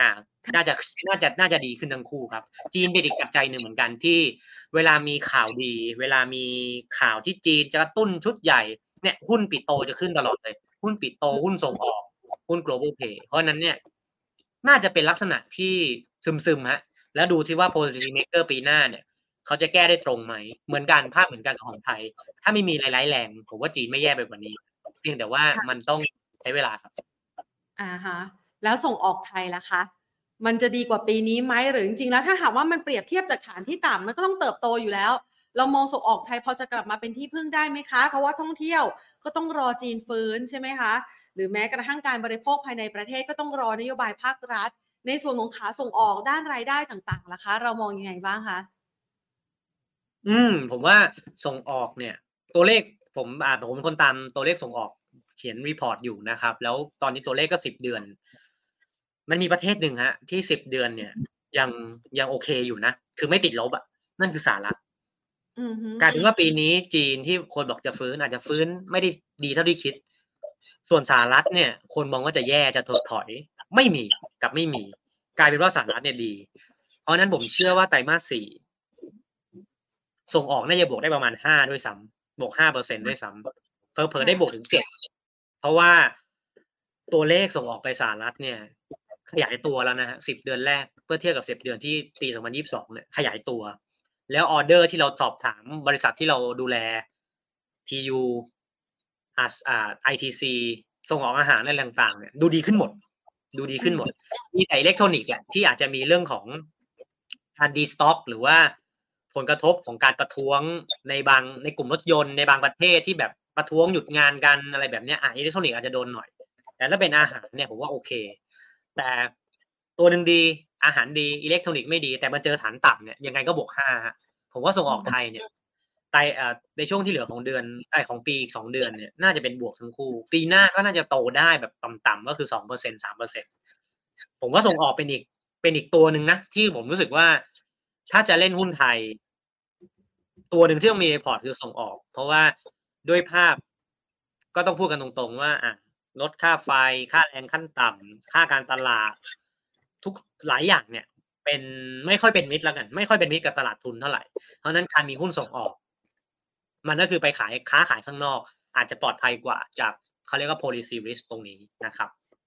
Speaker 2: น่าจะน่าจะน่าจะดีขึ้นทั้งคู่ครับจีนเป็นอีกปัจจัยหนึ่งเหมือนกันที่เวลามีข่าวดีเวลามีข่าวที่จีนจะกระตุ้นชุดใหญ่เนี่ยหุ้นปิโตจะขึ้นตลอดเลยหุ้นปิโตหุ้นส่งออกหุ้น global pay เพราะนั้นเนี่ยน่าจะเป็นลักษณะที่ซึมๆฮะแล้วดูที่ว่า policy maker ปีหน้าเนี่ยเขาจะแก้ได้ตรงไหมเหมือนกันภาพเหมือนกันกับของไทยถ้าไม่มีอะไรร้ายแรงผมว่าจีนไม่แย่ไปกว่านี้เพียงแต่ว่ามันต้องใช้เวลาครับ
Speaker 1: อ่าฮะแล้วส่งออกไทยล่ะคะมันจะดีกว่าปีนี้ไหมหรือจริงๆแล้วถ้าหากว่ามันเปรียบเทียบจากฐานที่ต่ำมันก็ต้องเติบโตอยู่แล้วเรามองส่งออกไทยพอจะกลับมาเป็นที่พึ่งได้ไหมคะเพราะว่าท่องเที่ยวก็ต้องรอจีนฟื้นใช่ไหมคะหรือแม้กระทั่งการบริโภคภายในประเทศก็ต้องรอนโยบายภาครัฐในส่วนของขาส่งออกด้านรายได้ต่างๆล่ะคะเรามองยังไงบ้างคะ
Speaker 2: อืมผมว่าส่งออกเนี่ยตัวเลขผมอ่าผมเป็นคนตามตัวเลขส่งออกเขียนรีพอร์ตอยู่นะครับแล้วตอนนี้ตัวเลขก็สิบเดือนมันมีประเทศหนึ่งครับที่สิบเดือนเนี่ยยังยังโอเคอยู่นะคือไม่ติดลบอะนั่นคือสหรัฐ
Speaker 1: อือฮึ
Speaker 2: กลายเป็นว่าปีนี้จีนที่คนบอกจะฟื้นอาจจะฟื้นไม่ได้ดีเท่าที่คิดส่วนสหรัฐเนี่ยคนมองว่าจะแย่จะถดถอยไม่มีกลับไม่มีกลายเป็นว่าสหรัฐเนี่ยดีเพราะฉะนั้นผมเชื่อว่าไตรมาสสี่ ส่งออกน่าจะบวกได้ประมาณห้าด้วยซ้ำบวก ห้าเปอร์เซ็นต์ ด้วยซ้ำเผลอๆได้บวกถึงเจ็ดเพราะว่าตัวเลขส่งออกไปสหรัฐเนี่ยขยายตัวแล้วนะครับสิบเดือนแรกเมื่อเทียบกับสิบเดือนที่ปีสองพันยี่สิบสองเนี่ยขยายตัวแล้วออร์เดอร์ที่เราสอบถามบริษัทที่เราดูแล ที ยู อ่าอ่า ไอ ที ซี ส่งออกอาหารอะไรต่างๆเนี่ยดูดีขึ้นหมดดูดีขึ้นหมดมีแต่อิเล็กทรอนิกส์แหละที่อาจจะมีเรื่องของการดีสต็อกหรือว่าผลกระทบของการประท้วงในบางในกลุ่มรถยนต์ในบางประเทศที่แบบประท้วงหยุดงานกันอะไรแบบเนี้ยอ่ะอิเล็กทรอนิกส์อาจจะโดนหน่อยแต่ถ้าเป็นอาหารเนี่ยผมว่าโอเคแต่ตัวหนึ่งดีอาหารดีอิเล็กทรอนิกส์ไม่ดีแต่มาเจอฐานต่ำเนี่ยยังไงก็บวกห้าฮะผมว่าส่งออกไทยเนี่ยไตอ่าในช่วงที่เหลือของเดือนไอ้ของปีอีกสองเดือนเนี่ยน่าจะเป็นบวกทั้งคู่ปีหน้าก็น่าจะโตได้แบบต่ำๆก็คือ สองเปอร์เซ็นต์ สามเปอร์เซ็นต์ ผมว่าส่งออกเป็นอีกเป็นอีกตัวหนึ่งนะที่ผมรู้สึกว่าถ้าจะเล่นหุ้นไทยตัวหนึ่งที่ต้องมีในพอร์ตคือส่งออกเพราะว่าด้วยภาพก็ต้องพูดกันตรงๆว่าอ่ะลดค่าไฟค่าแรงขั้นต่ำค่าการตลาดทุกหลายอย่างเนี่ยเป็นไม่ค่อยเป็นมิตรแล้วกันไม่ค่อยเป็นมิตรกับตลาดทุนเท่าไหร่เพราะนั้นการมีหุ้นส่งออกมันก็คือไปขายค้าขายข้างนอกอาจจะปลอดภัยกว่าจากเขาเรียกว่า policy risk ตรงนี้นะครับ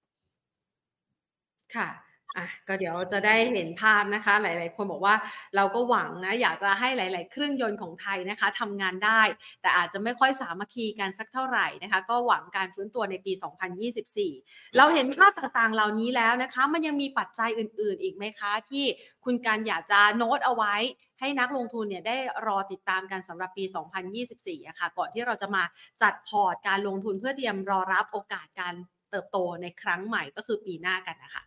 Speaker 1: ค่ะอ่ะก็เดี๋ยวจะได้เห็นภาพนะคะหลายๆคนบอกว่าเราก็หวังนะอยากจะให้หลายๆเครื่องยนต์ของไทยนะคะทำงานได้แต่อาจจะไม่ค่อยสามัคคีกันสักเท่าไหร่นะคะก็หวังการฟื้นตัวในปีสองพันยี่สิบสี่เราเห็นภาพต่างๆเหล่านี้แล้วนะคะมันยังมีปัจจัยอื่นๆอีกไหมคะที่คุณการอยากจะโน้ตเอาไว้ให้นักลงทุนเนี่ยได้รอติดตามกันสำหรับปีสองพันยี่สิบสี่อะค่ะก่อนที่เราจะมาจัดพอร์ตการลงทุนเพื่อเตรียมรอรับโอกาสการเติบโตในครั้งใหม่ก็คือปีหน้ากันนะคะ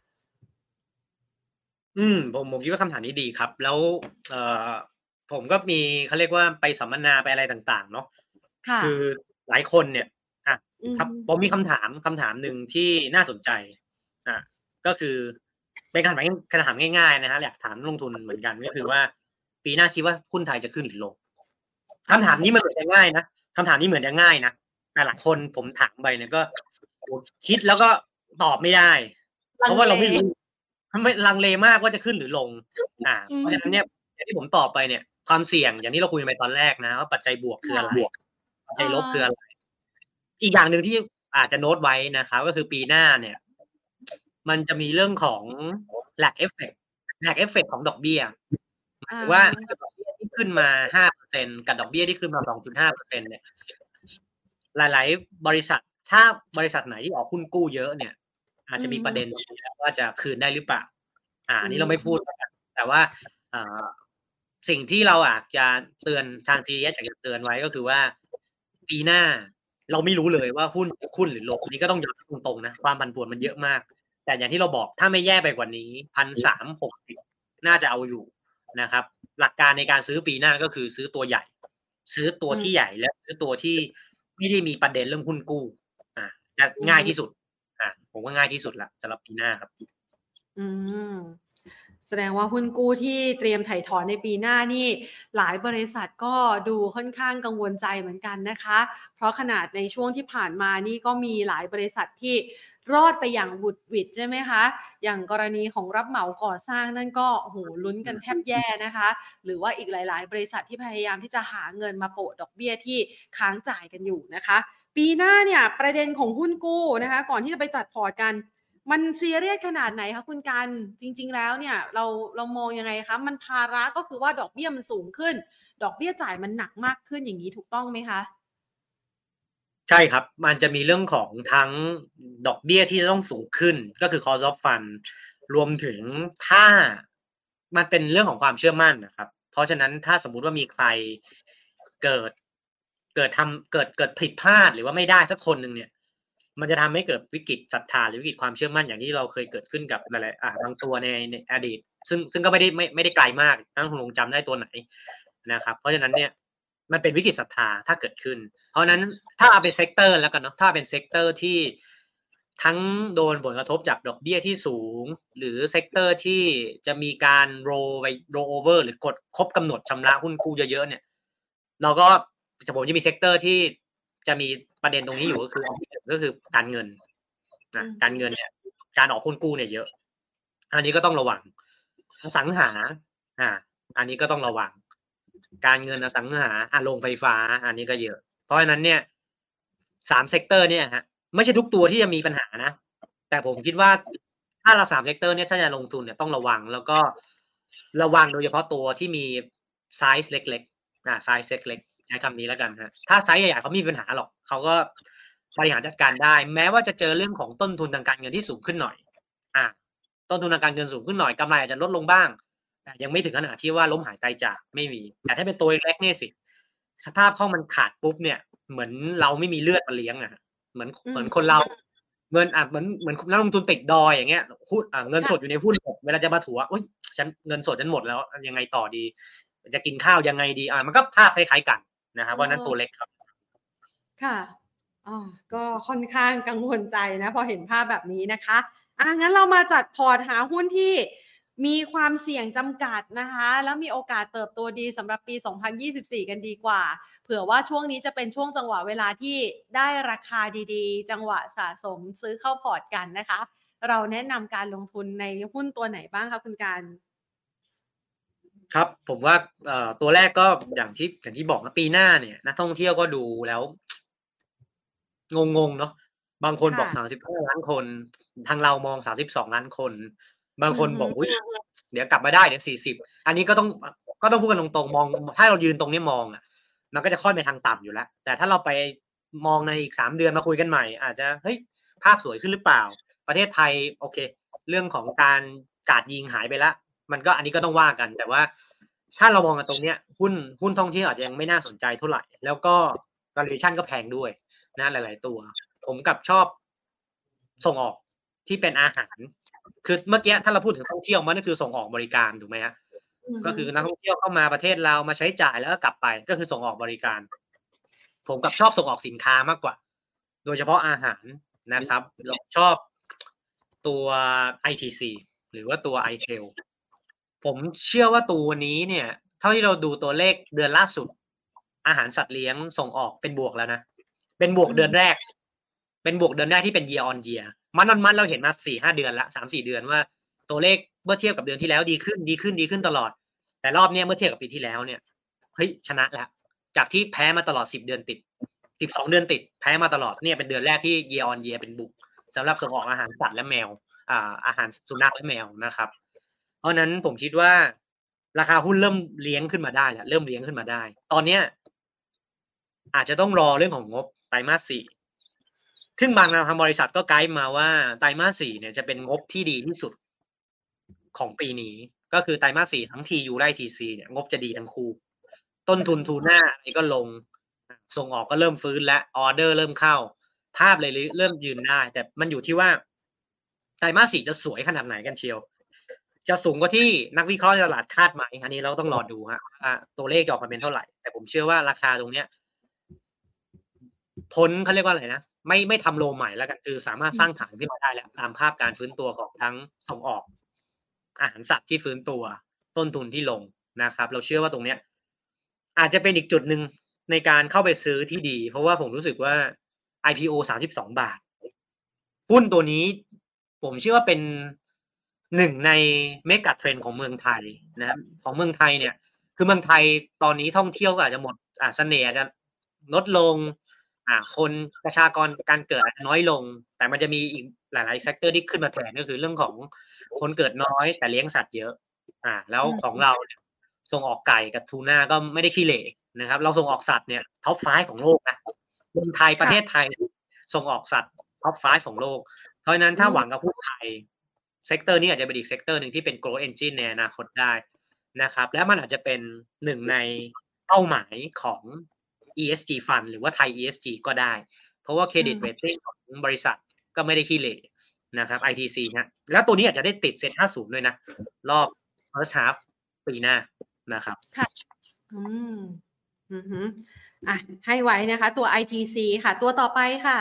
Speaker 2: อืมผมผมคิดว่าคำถามนี้ดีครับแล้วเอ่อผมก็มีเขาเรียกว่าไปสัมมนาไปอะไรต่างๆเนาะ
Speaker 1: ค่ะ
Speaker 2: คือหลายคนเนี่ยอะ
Speaker 1: อื
Speaker 2: ครับผม
Speaker 1: ม
Speaker 2: มีคำถามคำถามหนึ่งที่น่าสนใจอ่าก็คือเป็นคำถามคำถามง่ายๆนะครับอยากถามนักลงทุนเหมือนกันก็คือว่าปีหน้าคิดว่าหุ้นไทยจะขึ้นหรือลงคำถามนี้มันเหมือนจะง่ายนะคำถามนี้เหมือนจะง่ายนะแต่หลายคนผมถามไปเนี่ยก็โอ้โฮคิดแล้วก็ตอบไม่ได้เพ
Speaker 1: ลังเล
Speaker 2: ราะว่าเราไม่รู้ ไม่ลังเลมากว่าจะขึ้นหรือลงอ่า
Speaker 1: อื
Speaker 2: เพราะฉะนั้นเนี่ย
Speaker 1: ม
Speaker 2: อย่างที่ผมตอบไปเนี่ยความเสี่ยงอย่างที่เราคุยกันไปตอนแรกนะว่าปัจจัยบวกคืออะไร
Speaker 1: ค่ะ
Speaker 2: ปัจ
Speaker 1: เอ
Speaker 2: จัยลบคือ
Speaker 1: อ
Speaker 2: อะไรอีกอย่างหนึ่งที่อาจจะโน้ตไว้นะครับก็คือปีหน้าเนี่ยมันจะมีเรื่องของ lag effect lag effect ของดอกเบี้ยหมาย
Speaker 1: อะ
Speaker 2: ถึงว่า
Speaker 1: ฮะ
Speaker 2: ดอกเบี้ยที่ขึ้นมา ห้าเปอร์เซ็นต์ กับดอกเบี้ยที่ขึ้นมา สองจุดห้าเปอร์เซ็นต์ เนี่ยหลายๆบริษัทถ้าบริษัทไหนที่ออกหุ้นกู้เยอะเนี่ยอาจจะมี
Speaker 1: อือฮึ
Speaker 2: ประเด็นว่าจะคืนได้หรือเปล่า อ่า
Speaker 1: อื
Speaker 2: อันนี้เราไม่พูด
Speaker 1: ม
Speaker 2: แล้วกันแต่ว่าอ่าสิ่งที่เราอาจจะเตือนทาง ซี อี เอส อยากจะเตือนไว้ก็คือว่าปีหน้าเราไม่รู้เลยว่าหุ้นจะขึ้นหรือลงอันนี้ก็ต้องยอมรับตรงๆนะความผันผวนมันเยอะมากแต่อย่างที่เราบอกถ้าไม่แย่ไปกว่านี้ หนึ่งพันสามร้อยหกสิบ น่าจะเอาอยู่นะครับหลักการในการซื้อปีหน้าก็คือซื้อตัวใหญ่ซื้อตัว
Speaker 1: อืม
Speaker 2: ที่ใหญ่และซื้อตัวที่ไม่ได้มีประเด็นเรื่องหุ้นกู้อ่าจะ
Speaker 1: อือฮึ
Speaker 2: ง่ายที่สุดอ่าผมว่าง่ายที่สุดแล้วสำหรับปีหน้าครับ
Speaker 1: อืมแสดงว่าหุ้นกู้ที่เตรียมไถ่ถอนในปีหน้านี่หลายบริษัทก็ดูค่อนข้างกังวลใจเหมือนกันนะคะเพราะขนาดในช่วงที่ผ่านมานี่ก็มีหลายบริษัทที่รอดไปอย่างหวุดหวิดใช่ไหมคะอย่างกรณีของรับเหมาก่อสร้างนั่นก็โอ้โหลุ้นกันแทบแย่นะคะหรือว่าอีกหลายๆบริษัทที่พยายามที่จะหาเงินมาโปะดอกเบี้ยที่ค้างจ่ายกันอยู่นะคะปีหน้าเนี่ยประเด็นของหุ้นกู้นะคะก่อนที่จะไปจัดพอร์ตกันมันซีเรียสขนาดไหนคะคุณกันจริงๆแล้วเนี่ยเราเรามองยังไงคะมันภาระก็คือว่าดอกเบี้ยมันสูงขึ้นดอกเบี้ยจ่ายมันหนักมากขึ้นอย่างนี้ถูกต้องไหมคะ
Speaker 2: ใช่ครับมันจะมีเรื่องของทั้งดอกเบี้ยที่จะต้องสูงขึ้นก็คือ cost of fund รวมถึงถ้ามันเป็นเรื่องของความเชื่อมั่นนะครับเพราะฉะนั้นถ้าสมมุติว่ามีใครเกิดเกิดทำเกิดเกิดผิดพลาดหรือว่าไม่ได้สักคนหนึ่งเนี่ยมันจะทำให้เกิดวิกฤตศรัทธาหรือวิกฤตความเชื่อมั่นอย่างที่เราเคยเกิดขึ้นกับหลายๆอ่าบางตัวในในอดีตซึ่งซึ่งก็ไม่ได้ไม่ไม่ได้ไกลมากทั้งคุณลงจำได้ตัวไหนนะครับเพราะฉะนั้นเนี่ยมันเป็นวิกฤตศรัทธาถ้าเกิดขึ้น เพราะนั้นถ้าเอาเป็นเซกเตอร์แล้วกันเนาะถ้าเป็นเซกเตอร์ที่ทั้งโดนผลกระทบจากดอกเบี้ยที่สูงหรือเซกเตอร์ที่จะมีการโรไปโรโอเวอร์หรือกดครบกำหนดชำระหุ้นกู้เยอะๆเนี่ยเราก็จะผมจะมีเซกเตอร์ที่จะมีประเด็นตรงนี้อยู่ก็คือก็คือการเงินนะการเงินเนี่ยการออกหุ้นกู้เนี่ยเยอะอันนี้ก็ต้องระวังอสังหาอ่าอันนี้ก็ต้องระวังการเงินอสังหาอ่ะโรงไฟฟ้าอันนี้ก็เยอะ เพราะฉะนั้นเนี่ยสามเซกเตอร์เนี่ยฮะไม่ใช่ทุกตัวที่จะมีปัญหานะแต่ผมคิดว่าถ้าเราสามเซกเตอร์เนี่ยถ้าจะลงทุนเนี่ยต้องระวังแล้วก็ระวังโดยเฉพาะตัวที่มีไซส์เล็กๆนะไซส์เล็กๆใช้คำนี้แล้วกันฮะถ้าไซส์ใหญ่ๆเขาไม่มีปัญหาหรอกเขาก็บริหารจัดการได้แม้ว่าจะเจอเรื่องของต้นทุนทางการเงินที่สูงขึ้นหน่อยอ่ะต้นทุนทางการเงินสูงขึ้นหน่อยกำไรอาจจะลดลงบ้างแต่ยังไม่ถึงขนาดที่ว่าล้มหายตายจากไม่มีแต่ถ้าเป็นตัวเล็กๆเนี่ยสิ สภาพคล่องมันขาดปุ๊บเนี่ยเหมือนเราไม่มีเลือดมาเลี้ยงอะเหมือนเหมือนคนเราเงินอ่ะเหมือนเหมือนนักลงทุนติดดอยอย่างเงี้ยหุ้นอ่ะเงินสดอยู่ในหุ้นหมดเวลาจะมาถัวอุ้ยฉันเงินสดฉันหมดแล้วยังไงต่อดีจะกินข้าวยังไงดีอ่ะมันก็ภาพคล้ายๆกันนะครับว่านั้นตัวเล็กครับ
Speaker 1: ค่ะอ๋อก็ค่อนข้างกังวลใจนะพอเห็นภาพแบบนี้นะคะอ่ะงั้นเรามาจัดพอร์ตหาหุ้นที่มีความเสี่ยงจำกัดนะคะแล้วมีโอกาสเติบโตดีสำหรับปี สองพันยี่สิบสี่ กันดีกว่าเผื่อว่าช่วงนี้จะเป็นช่วงจังหวะเวลาที่ได้ราคาดีๆจังหวะสะสมซื้อเข้าพอร์ตกันนะคะเราแนะนำการลงทุนในหุ้นตัวไหนบ้างคะคุณการ
Speaker 2: ครับผมว่าเอ่อตัวแรกก็อย่างที่อย่างที่บอกนะปีหน้าเนี่ยนักท่องเที่ยวก็ดูแล้วงงๆเนาะบางคนบอก
Speaker 1: ค่ะ
Speaker 2: สามสิบห้าล้านคนทางเรามองสามสิบสองล้านคนบาง
Speaker 1: อือฮึ
Speaker 2: คนบอกอุ๊ยเดี๋ยวกลับมาได้เดี๋ยวสี่สิบอันนี้ก็ต้องก็ต้องพูดกันตรงๆมองถ้าเรายืนตรงนี้มองอะมันก็จะค่อยไปทางต่ำอยู่แล้วแต่ถ้าเราไปมองในอีกสามเดือนมาคุยกันใหม่อาจจะเฮ้ยภาพสวยขึ้นหรือเปล่าประเทศไทยโอเคเรื่องของการกราดยิงหายไปแล้วมันก็อันนี้ก็ต้องว่ากันแต่ว่าถ้าเรามองกันตรงเนี้ยหุ้นหุ้นท่องเที่ยวอาจจะยังไม่น่าสนใจเท่าไหร่แล้วก็ valuation ก็แพงด้วย นะหลายๆตัวผมกับชอบส่งออกที่เป็นอาหารคือเมื่อกี้ถ้าเราพูดถึงท่องเที่ยวมันก็คือส่งออกบริการถูกไหมฮะ
Speaker 1: อือฮึ
Speaker 2: ก็คือนักท่องเที่ยวเข้ามาประเทศเรามาใช้จ่ายแล้วก็กลับไปก็คือส่งออกบริการผมกับชอบส่งออกสินค้ามากกว่าโดยเฉพาะอาหารนะครับเราชอบตัว ไอ ที ซี หรือว่าตัว ไอ ที อี แอล ผมเชื่อว่าตัวนี้เนี่ยเท่าที่เราดูตัวเลขเดือนล่าสุดอาหารสัตว์เลี้ยงส่งออกเป็นบวกแล้วนะ เป็นบวก
Speaker 1: อือฮึ
Speaker 2: เดือนแรก เป็นบวกเดือนแรกที่เป็น year on year มันมันมันเราเห็นมา สี่ห้า เดือนแล้ว สามสี่ เดือนว่าตัวเลขเมื่อเทียบกับเดือนที่แล้วดีขึ้นดีขึ้นดีขึ้นตลอด แต่รอบเนี้ยเมื่อเทียบกับปีที่แล้วเนี่ยเฮ้ยชนะแล้วจากที่แพ้มาตลอดสิบเดือนติดสิบสองเดือนติดแพ้มาตลอดเนี่ยเป็นเดือนแรกที่ year on year เป็นบวกสำหรับส่งออกอาหารสัตว์และแมวอ่าอาหารสุนัขและแมวนะครับเพราะนั้นผมคิดว่าราคาหุ้นเริ่มเลี้ยงขึ้นมาได้แล้วเริ่มเลี้ยงขึ้นมาได้ตอนเนี้ยอาจจะต้องรอเรื่องของงบไตรมาสสี่ ซึ่งบางทางบริษัทก็ไกด์มาว่าไตรมาสสี่เนี่ยจะเป็นงบที่ดีที่สุดของปีนี้ก็คือไตรมาสสี่ทั้ง ที ยู และ ไอ ที ซี เนี่ยงบจะดีทั้งคู่ต้นทุนทูน่าอะไรก็ลงส่งออกก็เริ่มฟื้นและออร์เดอร์เริ่มเข้าภาพเลยเริ่มยืนได้แต่มันอยู่ที่ว่าไตรมาสสี่จะสวยขนาดไหนกันเชียวจะสูงกว่าที่นักวิเคราะห์ในตลาดคาดไหมอันนี้เราต้องรอดูฮะว่าตัวเลขจะออกมาเป็นเท่าไหร่แต่ผมเชื่อว่าราคาตรงเนี้ย พ้นเขาเรียกว่าอะไรนะไม่ไม่ทำโลใหม่แล้วกันคือสามารถสร้างฐานขึ้นมาได้แล้วตามภาพการฟื้นตัวของทั้งส่งออกอาหารสัตว์ที่ฟื้นตัวต้นทุนที่ลงนะครับเราเชื่อว่าตรงเนี้ยอาจจะเป็นอีกจุดหนึ่งในการเข้าไปซื้อที่ดีเพราะว่าผมรู้สึกว่า ไอ พี โอ สามสิบสองบาทหุ้นตัวนี้ผมเชื่อว่าเป็นหนึ่งใน Mega Trend ของเมืองไทยนะครับของเมืองไทยเนี่ยคือเมืองไทยตอนนี้ท่องเที่ยวก็อาจจะหมดอ่าเสน่ห์อาจจะลดลงอ่าคนประชากรการเกิดอาจจะน้อยลงแต่มันจะมีอีกหลายๆเซกเตอร์ที่ขึ้นมาแทนก็คือเรื่องของคนเกิดน้อยแต่เลี้ยงสัตว์เยอะอ่าแล้วของเราเนี่ยส่งออกไก่กับทูน่าก็ไม่ได้ขี้เหร่นะครับเราส่งออกสัตว์เนี่ยท็อปไฟว์ของโลกนะเมืองไทยประเทศไทยส่งออกสัตว์ท็อปไฟว์ของโลกเพราะฉะนั้นถ้าหวังกับหุ้นไทยเซกเตอร์นี้อาจจะเป็นอีกเซกเตอร์หนึ่งที่เป็น growth engine ในอนาคตได้นะครับและมันอาจจะเป็นหนึ่งในเป้าหมายของ อี เอส จี Fund หรือว่าไทย อี เอส จี ก็ได้เพราะว่าเครดิตเรตติ้งของบริษัทก็ไม่ได้ขี้เหร่นะครับ ไอ ที ซี ฮะแล้วตัวนี้อาจจะได้ติด เซ็ต ห้าสิบ ด้วยนะรอบ first half ปีหน้านะครับ
Speaker 1: ค่ะอืมอือฮึอ่ะให้ไว้นะคะตัว ไอ ที ซี ค่ะตัวต่อไปค่ะ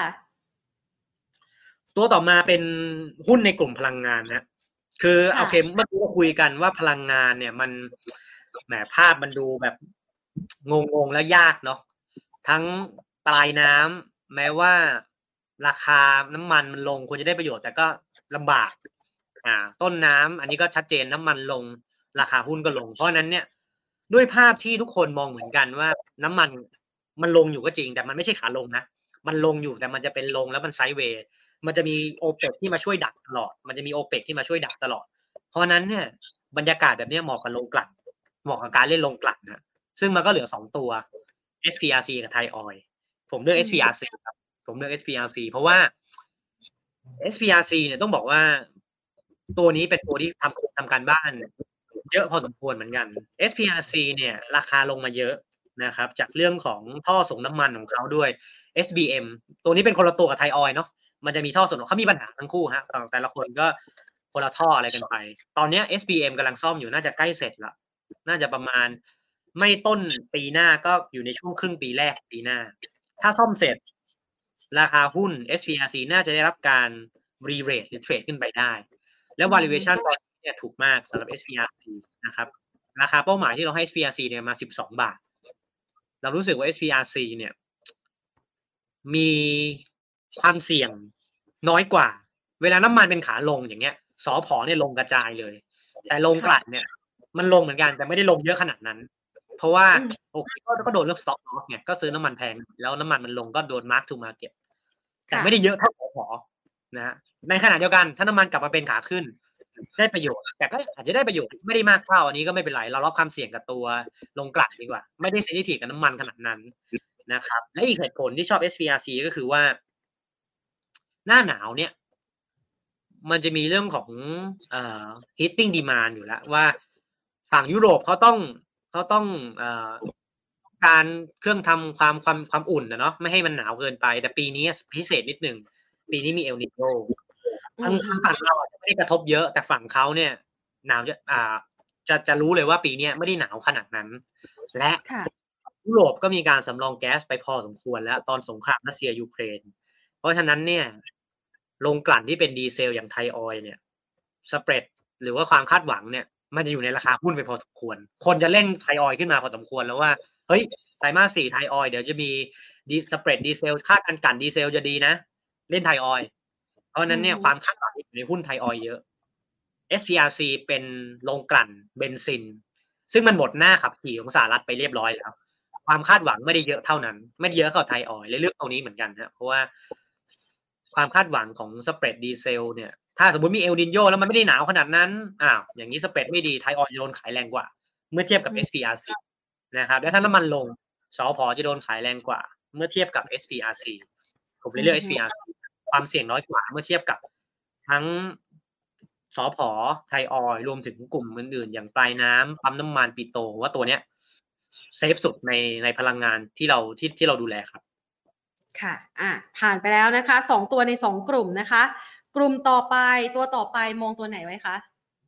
Speaker 2: ตัวต่อมาเป็นหุ้นในกลุ่มพลังงานนะคือโอเคเมื่อกี้เราคุยกันว่าพลังงานเนี่ยมันแหมภาพมันดูแบบงงๆแล้วยากเนาะทั้งปลายน้ำแม้ว่าราคาน้ำมันมันลงควรจะได้ประโยชน์แต่ก็ลำบากอ่าต้นน้ำอันนี้ก็ชัดเจนน้ำมันลงราคาหุ้นก็ลงเพราะนั้นเนี่ยด้วยภาพที่ทุกคนมองเหมือนกันว่าน้ำมันมันลงอยู่ก็จริงแต่มันไม่ใช่ขาลงนะมันลงอยู่แต่มันจะเป็นลงแล้วมันไซด์เวย์มันจะมี โอเปก ที่มาช่วยดักตลอดมันจะมี โอเปก ที่มาช่วยดักตลอดเพราะนั้นเนี่ยบรรยากาศแบบนี้เหมาะกับลงกลั่นเหมาะกับการเล่นลงกลั่นนะซึ่งมันก็เหลือสองตัว เอส พี อาร์ ซี กับ Thai Oil ผมเลือก เอส พี อาร์ ซี ครับผมเลือก เอส พี อาร์ ซี เพราะว่า เอส พี อาร์ ซี เนี่ยต้องบอกว่าตัวนี้เป็นตัวที่ทำทำการบ้านเยอะพอสมควรเหมือนกัน เอส พี อาร์ ซี เนี่ยราคาลงมาเยอะนะครับจากเรื่องของท่อส่งน้ำมันของเขาด้วย เอส บี เอ็ม ตัวนี้เป็นคนละตัวกับ Thai Oil เนาะมันจะมีท่อส่งเขามีปัญหาทั้งคู่ฮะแต่แต่ละคนก็คนละท่ออะไรกันไปตอนนี้ เอส บี เอ็ม กำลังซ่อมอยู่น่าจะใกล้เสร็จละน่าจะประมาณไม่ต้นปีหน้าก็อยู่ในช่วงครึ่งปีแรกปีหน้าถ้าซ่อมเสร็จราคาหุ้น เอส พี อาร์ ซี น่าจะได้รับการ re-rate หรือเทรดขึ้นไปได้แล้ว valuation ตอนนี้เนี่ยถูกมากสำหรับ เอส พี อาร์ ซี นะครับราคาเป้าหมายที่เราให้ เอส พี อาร์ ซี เนี่ยมาสิบสองบาทเรารู้สึกว่า เอส พี อาร์ ซี เนี่ยมีความเสี่ยงน้อยกว่าเวลาน้ำมันเป็นขาลงอย่างเงี้ยสผเนี่ยลงกระจายเลยแต่ลงกลั่นเนี่ยมันลงเหมือนกันแต่ไม่ได้ลงเยอะขนาดนั้นเพราะว่าโอเคก็โดนเรื่อง stock loss เนี่ยก็ซื้อน้ำมันแพงแล้วน้ำมันมันลงก็โดน mark to market แต่ไม่ได้เยอะเท่าสผนะฮะในขณะเดียวกันถ้าน้ำมันกลับมาเป็นขาขึ้นได้ประโยชน์แต่ก็อาจจะได้ประโยชน์ไม่ได้มากเท่าอันนี้ก็ไม่เป็นไรเรารับความเสี่ยงกับตัวลงกลั่นดีกว่าไม่ได้เซนซิทีฟกับน้ำมันขนาดนั้นนะครับและอีกเหตุผลที่ชอบ เอส พี อาร์ ซี ก็คือว่าหน้าหนาวเนี่ยมันจะมีเรื่องของเอ่อ heating demand อยู่แล้วว่าฝั่งยุโรปเขาต้องเขาต้องเอ่อการเครื่องทำความความความอุ่นนะเนาะไม่ให้มันหนาวเกินไปแต่ปีนี้พิเศษนิดหนึ่งปีนี้มีเอลนิโญทางทางฝั่งเราอาจจะไม่ได้กระทบเยอะแต่ฝั่งเขาเนี่ยหนาวจะอ่าจะจะรู้เลยว่าปีนี้ไม่ได้หนาวขนาดนั้นและยุโรปก็มีการสำรองแก๊สไปพอสมควรแล้วตอนสงครามรัสเซียยูเครนเพราะฉะนั้นเนี่ยโรงกลั่นที่เป็นดีเซลอย่างไทยออยล์เนี่ยสเปรดหรือว่าความคาดหวังเนี่ยมันจะอยู่ในราคาหุ้นไปพอสมควรคนจะเล่นไทยออยล์ขึ้นมาพอสมควรแล้วว่าเฮ้ยไตรมาสสี่ไทยออยล์เดี๋ยวจะมีดีสเปรดดีเซลค่าการกลั่นดีเซลจะดีนะเล่นไทยออยล์เพราะนั้นเนี่ยความคาดหวังอยู่ในหุ้นไทยออยล์เยอะ เอส พี อาร์ ซี เป็นโรงกลั่นเบนซินซึ่งมันหมดหน้าขับขี่ของสหรัฐไปเรียบร้อยแล้วความคาดหวังไม่ได้เยอะเท่านั้นไม่ได้เยอะเท่าไทยออยล์เลยเลือกตรงนี้เหมือนกันนะเพราะว่าความคาดหวังของสเปรดดีเซลเนี่ยถ้าสมมติมีเอลนิโญแล้วมันไม่ได้หนาวขนาดนั้นอ้าวอย่างนี้สเปรดไม่ดีไทยออยล์จะโดนขายแรงกว่าเมื่อเทียบกับ เอส พี อาร์ ซี นะครับแล้วถ้าน้ำมันลงสผจะโดนขายแรงกว่าเมื่อเทียบกับ เอส พี อาร์ ซี ผมเลยเลือก เอส พี อาร์ ซี ความเสี่ยงน้อยกว่าเมื่อเทียบกับทั้งสผไทยออยล์รวมถึงกลุ่มอื่นๆอย่างปลายน้ำปั๊มน้ำมันปิโตรว่าตัวเนี้ยเซฟสุดในในพลังงานที่เราที่ที่เราดูแลครับ
Speaker 1: ค่ะอ่ะผ่านไปแล้วนะคะสองตัวในสองกลุ่มนะคะกลุ่มต่อไปตัวต่อไปมองตัวไหนไว้คะ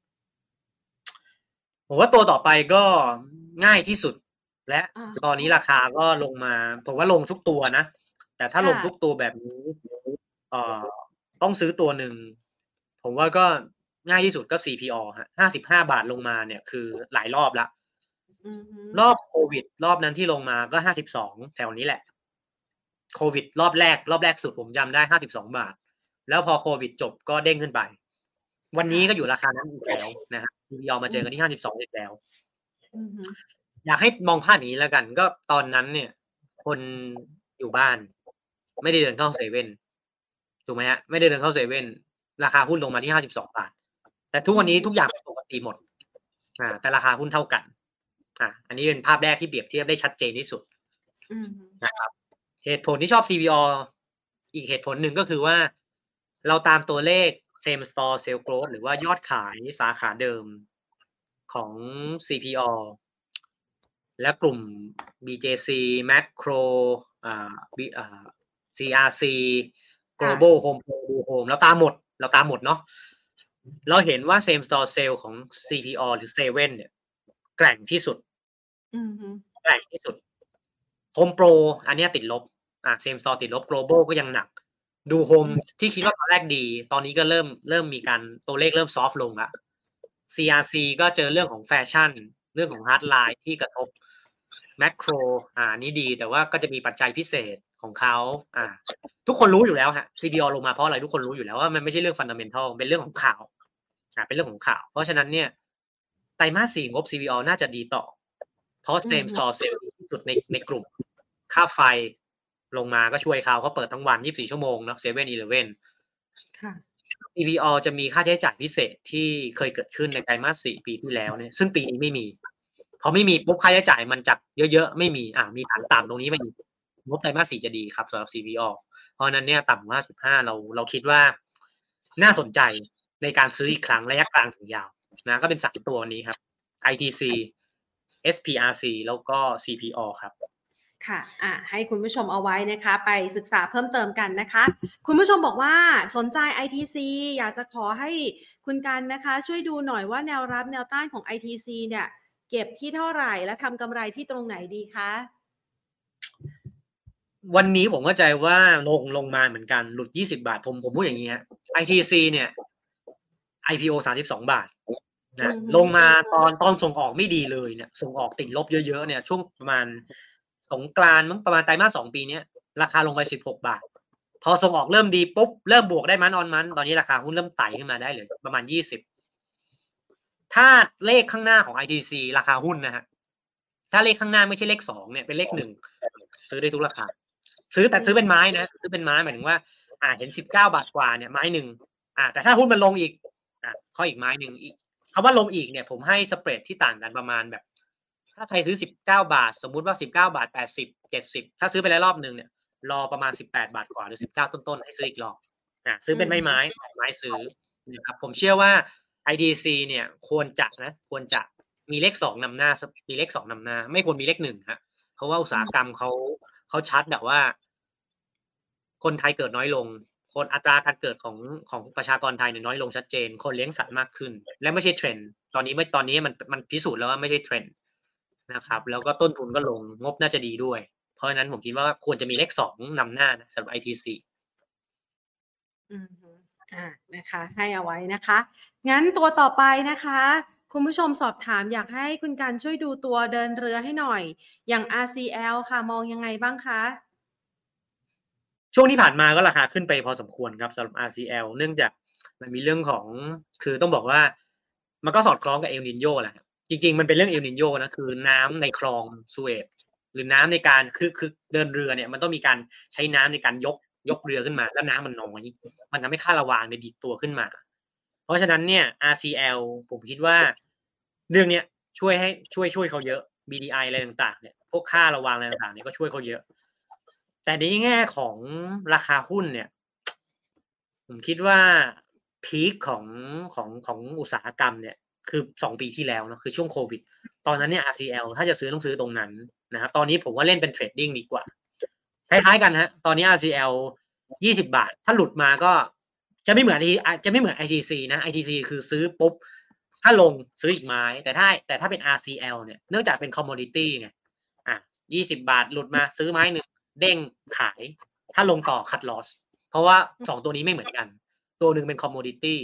Speaker 2: ผมว่าตัวต่อไปก็ง่ายที่สุดและตอนนี้ราคาก็ลงมาผมว่าลงทุกตัวนะแต่ถ้าลงทุกตัวแบบนี้เอ่อต้องซื้อตัวหนึ่งผมว่าก็ง่ายที่สุดก็ ซี พี อ ฮะห้าสิบห้าบาทลงมาเนี่ยคือหลายรอบแล้ว
Speaker 1: อือฮึ
Speaker 2: รอบโควิดรอบนั้นที่ลงมาก็ห้าสิบสองแถวนี้แหละโควิดรอบแรกรอบแรกสุดผมจำได้ห้าสิบสองบาทแล้วพอโควิดจบก็เด้งขึ้นไปวันนี้
Speaker 1: ค่ะ
Speaker 2: ก็อยู่ราคานั้นอีกแล้วนะครับ ซี พี อ มาเจอกันที่ห้าสิบสองอีกแล้ว
Speaker 1: อือฮึ
Speaker 2: อยากให้มองภาพอย่างนี้แล้วกันก็ตอนนั้นเนี่ยคนอยู่บ้านไม่ได้เดินเข้าเซเว่นถูกไหมฮะไม่ได้เดินเข้าเซเว่นราคาหุ้นลงมาที่ห้าสิบสองบาทแต่ทุกวันนี้ทุกอย่างเป็นปกติหมดอ่าแต่ราคาหุ้นเท่ากันอ่าอันนี้เป็นภาพแรกที่เปรียบเทียบได้ชัดเจนที่สุด
Speaker 1: อือฮึ
Speaker 2: นะครับเหตุผลที่ชอบ ซี พี อ อีกเหตุผลหนึ่งก็คือว่าเราตามตัวเลข same store sales growth หรือว่ายอดขายสาขาเดิมของ ซี พี อ และกลุ่ม บี เจ ซี Macro อ่า B อ่า ซี อาร์ ซี
Speaker 1: ค่ะ
Speaker 2: Global Home Pro Do Home เราตามหมดเราตามหมดเนาะเราเห็นว่า same store sale ของ ซี พี อ หรือเซเว่นเนี่ยแกร่งที่สุด
Speaker 1: อือฮึ
Speaker 2: แกร่งที่สุด Home Pro อันเนี้ยติดลบอ่า same store ติดลบ Global ก็ยังหนัก ดูโฮม
Speaker 1: อืม
Speaker 2: ที่คิดว่าตอนแรกดี ตอนนี้ก็เริ่มเริ่มมีการตัวเลขเริ่มซอฟต์ลงแล้ว ซี อาร์ ซี ก็เจอเรื่องของแฟชั่น เรื่องของฮาร์ดไลน์ที่กระทบ แมคโครอ่านี่ดีแต่ว่าก็จะมีปัจจัยพิเศษของเขาอ่าทุกคนรู้อยู่แล้วฮะ ซี พี อ ลงมาเพราะอะไรทุกคนรู้อยู่แล้วว่ามันไม่ใช่เรื่องฟันดาเมนทัลเป็นเรื่องของข่าวอ่าเป็นเรื่องของข่าว เพราะฉะนั้นเนี่ยไตรมาสสี่งบ ซี พี อ น่าจะดีต่อ เพราะ
Speaker 1: อือ
Speaker 2: same
Speaker 1: ฮึ
Speaker 2: store sale ดีที่สุดในในกลุ่มค่าไฟลงมาก็ช่วยเขาเขาเปิดทั้งวันยี่สิบสี่ชั่วโมงเนาะเซเว่นอีเลฟเว่น
Speaker 1: ค่ะ
Speaker 2: ซี พี อ จะมีค่าใช้จ่ายพิเศษที่เคยเกิดขึ้นในไตรมาสสี่ปีที่แล้วเนี่ยซึ่งปีนี้ไม่มีพอไม่มีปุ๊บค่าใช้จ่ายมันจากเยอะๆไม่มีอ่ามีฐานต่ำตรงนี้มาอีกงบไตรมาสสี่จะดีครับสำหรับ ซี พี อ เพราะนั้นเนี่ยต่ำกว่าสิบห้าเราเราคิดว่าน่าสนใจในการซื้ออีกครั้งระยะกลางถึงยาวนะก็เป็นสามตัวนี้ครับ ไอ ที ซี เอส พี อาร์ ซี แล้วก็ ซี พี อ ครับ
Speaker 1: ค่ะอ่ะให้คุณผู้ชมเอาไว้นะคะไปศึกษาเพิ่มเติมกันนะคะ คุณผู้ชมบอกว่าสนใจ ไอ ที ซี อยากจะขอให้คุณกันนะคะช่วยดูหน่อยว่าแนวรับแนวต้านของ ไอ ที ซี เนี่ยเก็บที่เท่าไหร่และทำกำไรที่ตรงไหนดีคะ
Speaker 2: วันนี้ผมเข้าใจว่าลงลงมาเหมือนกันหลุดยี่สิบบาทผมผมพูดอย่างนี้ฮะ ไอ ที ซี เนี่ย ไอ พี โอ สามสิบสองบาทนะลงมาตอนตอนส่งออกไม่ดีเลยเนี่ยส่งออกติดลบเยอะๆเนี่ยช่วงประมาณสงกรานต์มั้งประมาณไตรมาสสองปีเนี้ยราคาลงไปสิบหกบาทพอส่งออกเริ่มดีปุ๊บเริ่มบวกได้มันออนมันตอนนี้ราคาหุ้นเริ่มไต่ขึ้นมาได้เลยประมาณยี่สิบถ้าเลขข้างหน้าของ ไอ ที ซี ราคาหุ้นนะฮะถ้าเลขข้างหน้าไม่ใช่เลขสองเนี่ยเป็นเลขหนึ่งซื้อได้ทุกราคาซื้อแต่ซื้อเป็นไม้นะซื้อเป็นไม้หมายถึงว่าอ่าเห็นสิบเก้าบาทกว่าเนี่ยไม้หนึ่งอ่าแต่ถ้าหุ้นมันลงอีกอ่าข้ออีกไม้หนึ่งอีกคำว่าลงอีกเนี่ยผมให้สเปรดที่ต่างกันประมาณแบบถ้าใครซื้อสิบเก้าบาทสมมุติว่าสิบเก้าบาทแปดสิบ เจ็ดสิบถ้าซื้อไปแล้วรอบนึงเนี่ยรอประมาณสิบแปดบาทกว่าหรือสิบเก้าต้นๆให้ซื้ออีกรอบอ่าซื้อเป็นไม้ไม้ไม้ซื้อนะครับผมเชื่อว่า ไอ ที ซี เนี่ยควรจะนะควรจะมีเลขสองนำหน้ามีเลขสองนำหน้าไม่ควรมีเลขหนึ่งฮะเพราะว่าอุตสาหกรรมเขาเขาชัดแบบว่าคนไทยเกิดน้อยลงคนอัตราการเกิดของของประชากรไทยเนี่ยน้อยลงชัดเจนคนเลี้ยงสัตว์มากขึ้นและไม่ใช่เทรนด์ตอนนี้ไม่ตอนนี้มันมันพิสูจน์แล้วว่าไม่ใช่เทรนด์นะครับแล้วก็ต้นทุนก็ลงงบน่าจะดีด้วยเพราะฉะนั้นผมคิดว่าควรจะมีเลขสองนำหน้านะสำหรับ ไอ ที ซี
Speaker 1: อืมอ่านะคะให้เอาไว้นะคะงั้นตัวต่อไปนะคะคุณผู้ชมสอบถามอยากให้คุณการช่วยดูตัวเดินเรือให้หน่อยอย่าง อาร์ ซี แอล ค่ะมองยังไงบ้างคะ
Speaker 2: ช่วงที่ผ่านมาก็ราคาขึ้นไปพอสมควรครับสำหรับ อาร์ ซี แอล เนื่องจากมันมีเรื่องของคือต้องบอกว่ามันก็สอดคล้องกับเอลนิโญแหละครับจริงๆมันเป็นเรื่องเอลนิโญนะคือน้ำในคลองสุเอซหรือน้ำในการคือคือเดินเรือเนี่ยมันต้องมีการใช้น้ำในการยกยกเรือขึ้นมาแล้วน้ำมันน้อยมันทำให้ค่าระวางเนี่ยดีดตัวขึ้นมาเพราะฉะนั้นเนี่ย อาร์ ซี แอล ผมคิดว่าเรื่องเนี้ยช่วยให้ช่วยช่วยเขาเยอะ บี ดี ไอ อะไรต่างๆเนี่ยพวกค่าระวางอะไรต่างๆเนี่ยก็ช่วยเขาเยอะ แต่ในแง่ของราคาหุ้นเนี่ยผมคิดว่าพีคของของของอุตสาหกรรมเนี่ยคือสองปีที่แล้วเนาะคือช่วงโควิดตอนนั้นเนี่ย อาร์ ซี แอล ถ้าจะซื้อต้องซื้อตรงนั้นนะครับตอนนี้ผมว่าเล่นเป็นเทรดดิ้งดีกว่าคล้ายๆกันฮะตอนนี้ อาร์ ซี แอล ยี่สิบบาทถ้าหลุดมาก็จะไม่เหมือนจะไม่เหมือน ไอ ที ซี นะ ไอ ที ซี คือซื้อปุ๊บถ้าลงซื้ออีกไม้แต่ถ้าแต่ถ้าเป็น อาร์ ซี แอล เนี่ยเนื่องจากเป็นคอมมอดิตี้ไงอ่ะยี่สิบบาทหลุดมาซื้อไม้หนึ่งเด้งขายถ้าลงต่อคัดลอสเพราะว่าสองตัวนี้ไม่เหมือนกันตัวหนึ่งเป็นคอมมอดิตี้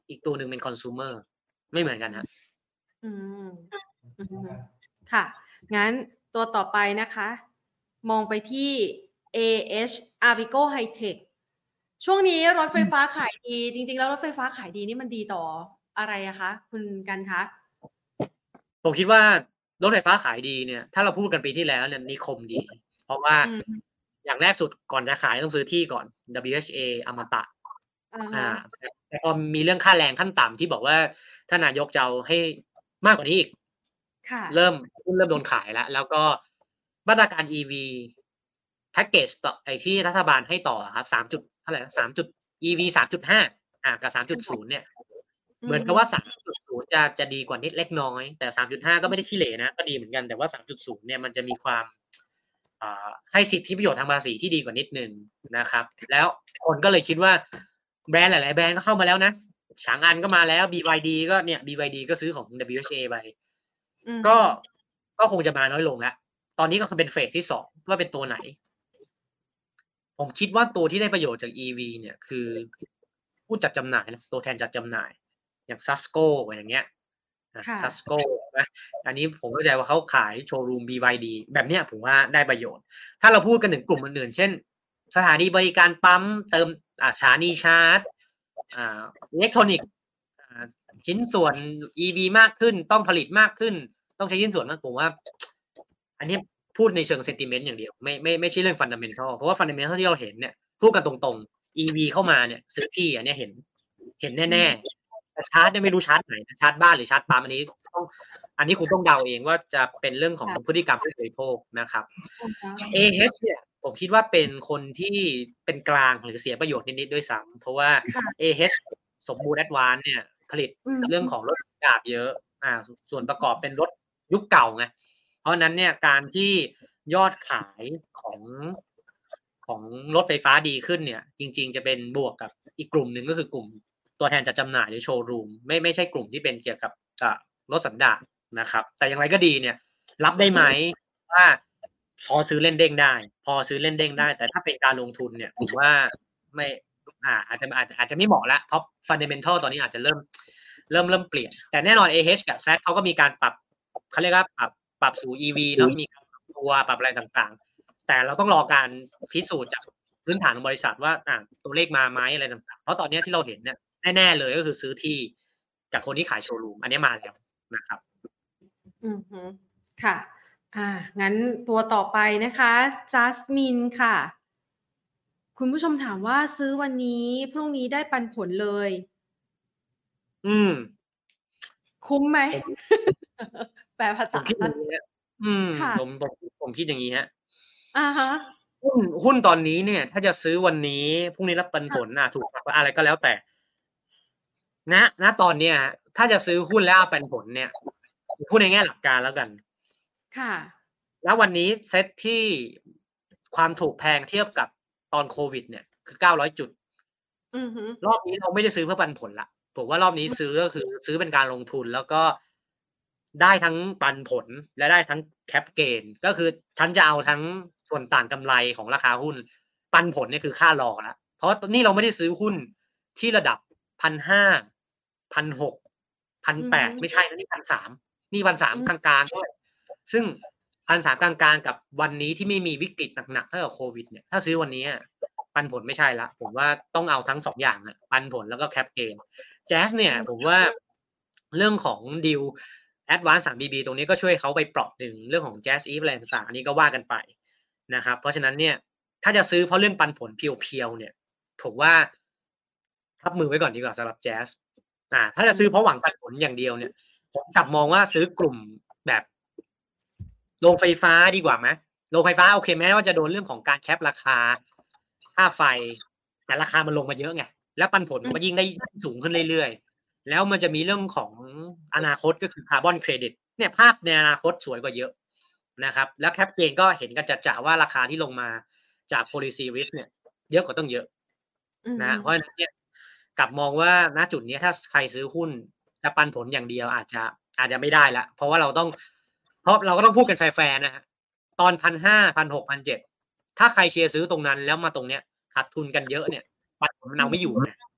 Speaker 2: อีกตัวหนึ่งเป็น consumer ไม่เหมือนกันครับ
Speaker 1: อืมอืมค่ะงั้นตัวต่อไปนะคะ มองไปที่ เอ เอช Avico High-Tech ช่วงนี้รถไฟฟ้าขายดีจริงๆแล้วรถไฟฟ้าขายดีนี่มันดีต่ออะไรอะคะคุณกันคะ
Speaker 2: ผมคิดว่ารถไฟฟ้าขายดีเนี่ยถ้าเราพูดกันปีที่แล้วเนี่ยนิคมดีเพราะว่า
Speaker 1: อืม
Speaker 2: อย่างแรกสุดก่อนจะขายต้องซื้อที่ก่อน ดับเบิลยู เอช เอ อมตะ
Speaker 1: อะ
Speaker 2: อ่า
Speaker 1: ฮะ
Speaker 2: แต่พอมีเรื่องค่าแรงขั้นต่ำที่บอกว่าท่านนายกจะเอาให้มากกว่านี้อีก
Speaker 1: ค่ะ
Speaker 2: เริ่มหุ้นเริ่มโดนขายแล้วแล้วก็มาตรการ อี วี แพ็กเกจต่อไอ้ที่รัฐบาลให้ต่ออะครับ3จุดเท่าไรนะ3จุด อี วี สามจุดห้าอ่ากับสามจุดศูนย์เนี่ยเหมือนกับว่าสามจุดศูนย์จะจะดีกว่านิดเล็กน้อยแต่สามจุดห้าก็ไม่ได้ขี้เหร่นะก็ดีเหมือนกันแต่ว่าสามจุดศูนย์เนี่ยมันจะมีความอ่าให้สิทธิประโยชน์ทางภาษีที่ดีกว่านิดหนึ่งนะครับแล้วคนก็เลยคิดว่าแบรนด์หลายๆแบรนด์ก็เข้ามาแล้วนะฉางอันก็มาแล้ว บี วาย ดี ก็เนี่ย บี วาย ดี ก็ซื้อของ ดับเบิลยู เอช เอ ไป
Speaker 1: อืม
Speaker 2: ก็ก็คงจะมาน้อยลงแล้วตอนนี้ก็คือเป็นเฟสที่สองว่าเป็นตัวไหน ผมคิดว่าตัวที่ได้ประโยชน์จาก อี วี เนี่ยคือผู้จัดจำหน่ายนะตัวแทนจัดจำหน่ายอย่าง Sasco อย่างเงี้ยนะ
Speaker 1: ค่ะ
Speaker 2: Sasco นะอันนี้ผมเข้าใจว่าเขาขายโชว์รูม บี วาย ดี แบบเนี้ยผมว่าได้ประโยชน์ ถ้าเราพูดกันถึงกลุ่มอื่นๆเช่นสถานีบริการปั๊มเติมอ่าสถานีชาร์จอ่าอิเล็กทรอนิกส์อ่าชิ้นส่วน อี วี มากขึ้นต้องผลิตมากขึ้นต้องใช้ชิ้นส่วนมากผมว่า อันนี้พูดในเชิง sentiment อย่างเดียวไม่ไม่ไม่ใช่เรื่อง fundamental เพราะว่า fundamental ที่เราเห็นเนี่ยพูดกันตรงๆ อี วี เข้ามาเนี่ยซื้อที่อันเนี้ยเห็นเห็นแน่ๆแต่ชาร์จเนี่ยไม่รู้ชาร์จไหนนะชาร์จบ้านหรือชาร์จปั๊มอันนี้ต้องอันนี้คุณต้องเดาเองว่าจะเป็นเรื่องของพฤติกรรมผู้บริโภคนะครับ เอ เอช เนี่ยผมคิดว่าเป็นคนที่เป็นกลางหรือเสียประโยชน์นิดๆด้วยซ้ำเพราะว่า
Speaker 1: ค่ะ
Speaker 2: เอ เอช สมบูรณ์ Advance เนี่ยผลิต
Speaker 1: อืม
Speaker 2: เรื่องของรถสันดาปเยอะอ่าส่วนประกอบเป็นรถยุคเก่าไงเพราะฉะนั้นเนี่ยการที่ยอดขายของของรถไฟฟ้าดีขึ้นเนี่ยจริงๆจะเป็นบวกกับอีกกลุ่มหนึ่งก็คือกลุ่มตัวแทนจัดจำหน่ายหรือโชว์รูมไม่ไม่ใช่กลุ่มที่เป็นเกี่ยวกับอ่ารถสันดาปนะครับแต่อย่างไรก็ดีเนี่ยรับได้ไหมว่าพอซื้อเล่นเด้งได้ พอซื้อเล่นเด้งได้ แต่ถ้าเป็นการลงทุนเนี่ยผมว่าไม่อ่าอาจจะอาจจะอาจจะไม่เหมาะแล้วเพราะ fundamental ตอนนี้อาจจะเริ่มเริ่มเริ่มเปลี่ยนแต่แน่นอน เอ เอช กับ แซด เขาก็มีการปรับเขาเรียกว่าปรับปรับสู่ อี วี เนาะมีการปรับตัวปรับอะไรต่างๆแต่เราต้องรอการพิสูจน์จากพื้นฐานของบริษัทว่าอ่าตัวเลขมาไหมอะไรต่างๆเพราะตอนนี้ที่เราเห็นเนี่ยแน่ๆเลยก็คือซื้อที่จากคนที่ขายโชว์รูมอันนี้มาแล้วนะครับ
Speaker 1: อือฮึค่ะ อ่า งั้นตัวต่อไปนะคะจัสมินค่ะ คุณผู้ชมถามว่าซื้อวันนี้พรุ่งนี้ได้ปันผลเลย
Speaker 2: อืม
Speaker 1: คุ้มไหม
Speaker 2: ผม
Speaker 1: แปลภาษา
Speaker 2: ผมคิดอย่างนี้ฮะอืม
Speaker 1: ค่ะ
Speaker 2: ผมผมผมคิดอย่างนี้ฮะ
Speaker 1: อะฮะ
Speaker 2: หุ้นหุ้นตอนนี้เนี่ย ถ้าจะซื้อวันนี้พรุ่งนี้รับปันผลน่ะถูกอะไรก็แล้วแต่ณณตอนเนี้ยถ้าจะซื้อหุ้นแล้วเอาปันผลเนี่ยพูดในแง่หลักการแล้วกัน
Speaker 1: ค่ะ
Speaker 2: แล้ววันนี้เซ็ตที่ความถูกแพงเทียบกับตอนโควิดเนี่ยคือเก้าร้อยจุด
Speaker 1: อือฮึ
Speaker 2: รอบนี้เราไม่ได้ซื้อเพื่อปันผลละผมว่ารอบนี้ซื้อก็คือซื้อเป็นการลงทุนแล้วก็ได้ทั้งปันผลและได้ทั้งแคปเกนก็คือฉันจะเอาทั้งส่วนต่างกำไรของราคาหุ้นปันผลเนี่ยคือค่ารอแล้วเพราะนี่เราไม่ได้ซื้อหุ้นที่ระดับพันห้าพันหกพันแปดไม่ใช่นะนี่พันสามนี่พันสามกลางๆด้วยซึ่งพันสามกลางๆกับวันนี้ที่ไม่มีวิกฤตหนักๆเท่ากับโควิดเนี่ยถ้าซื้อวันนี้ปันผลไม่ใช่ละผมว่าต้องเอาทั้งสองอย่างอะปันผลแล้วก็แคปเกนแจ๊สเนี่ยผมว่าเรื่องของดีล Advance สาม บี บี ตรงนี้ก็ช่วยเขาไปปรับดึงเรื่องของ Jazz Eve อะไรต่างๆอันนี้ก็ว่ากันไปนะครับเพราะฉะนั้นเนี่ยถ้าจะซื้อเพราะเรื่องปันผลเพียวๆเนี่ยผมว่ารับมือไว้ก่อนดีกว่าสำหรับ Jazz อ่าถ้าจะซื้อเพราะหวังปันผลอย่างเดียวเนี่ยผมกลับมองว่าซื้อกลุ่มแบบโรงไฟฟ้าดีกว่าไหมโรงไฟฟ้าโอเคแม้ว่าจะโดนเรื่องของการแคปราคาค่าไฟแต่ราคามันลงมาเยอะไงแล้วปันผลมันยิ่งได้สูงขึ้นเรื่อยๆแล้วมันจะมีเรื่องของอนาคตก็คือคาร์บอนเครดิตเนี่ยภาพในอนาคตสวยกว่าเยอะนะครับแล้วแคปเกนก็เห็นกันจะๆว่าราคาที่ลงมาจาก policy risk เนี่ยเยอะกว่าต้องเยอะนะเพราะฉะนั้นเนี่ยกลับมองว่าณจุดนี้ถ้าใครซื้อหุ้นจะปันผลอย่างเดียวอาจจะอาจจะไม่ได้ละเพราะว่าเราต้องเพราะเราก็ต้องพูดกันแฟร์ๆนะฮะตอนพันห้าพันหกพันเจ็ดถ้าใครเชียร์ซื้อตรงนั้นแล้วมาตรงเนี้ยขาดทุนกันเยอะเนี่ยปันผลมันเอาไม่อยู่นะ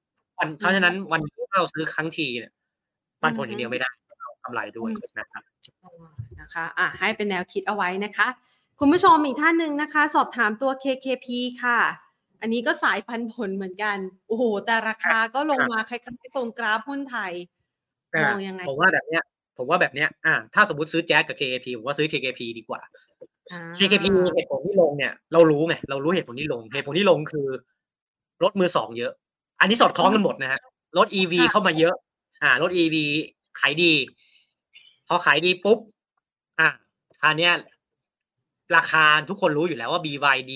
Speaker 2: วันเพราะฉะนั้นวันนี้ถ้าเราซื้อครั้งทีเนี่ยปันผลอย่างเดียวไม่ได้เอากำไรด้
Speaker 1: อื
Speaker 2: วย
Speaker 1: ม
Speaker 2: นะครับ
Speaker 1: อ๋อ นะคะอ่ะให้เป็นแนวคิดเอาไว้นะคะ คุณผู้ชมอีกท่านหนึ่งนะคะ สอบถามตัว เค เค พี ค่ะ อันนี้ก็สายปันผลเหมือนกัน โอ้โฮ แต่ราคาก็ลง
Speaker 2: ครับ
Speaker 1: มาคล้ายๆทรงกราฟหุ้นไทย
Speaker 2: อ
Speaker 1: ม
Speaker 2: อา
Speaker 1: องยังไง?
Speaker 2: ผมว่าแบบเนี้ย ผมว่าแบบเนี้ย อา ถ้าสมมุติซื้อ Jazz กับ เค เค พี ผมว่าซื้อ เค เค พี ดีกว่า
Speaker 1: อ
Speaker 2: เค เค พี
Speaker 1: า
Speaker 2: เหตุผลที่ลงเนี่ย เรารู้ไง เรารู้เหตุผลที่ลง เหตุผลที่ลงคือรถมือ สอง เยอะ อันนี้สอดคล้องกันหมดนะครับ รถ อี วี
Speaker 1: ค่ะ
Speaker 2: เข้ามาเยอะ อ่า รถ อี วี ขายดี พอขายดีปุ๊บ อา คราวเนี้ย ราคาทุกคนรู้อยู่แล้วว่า บี วาย ดี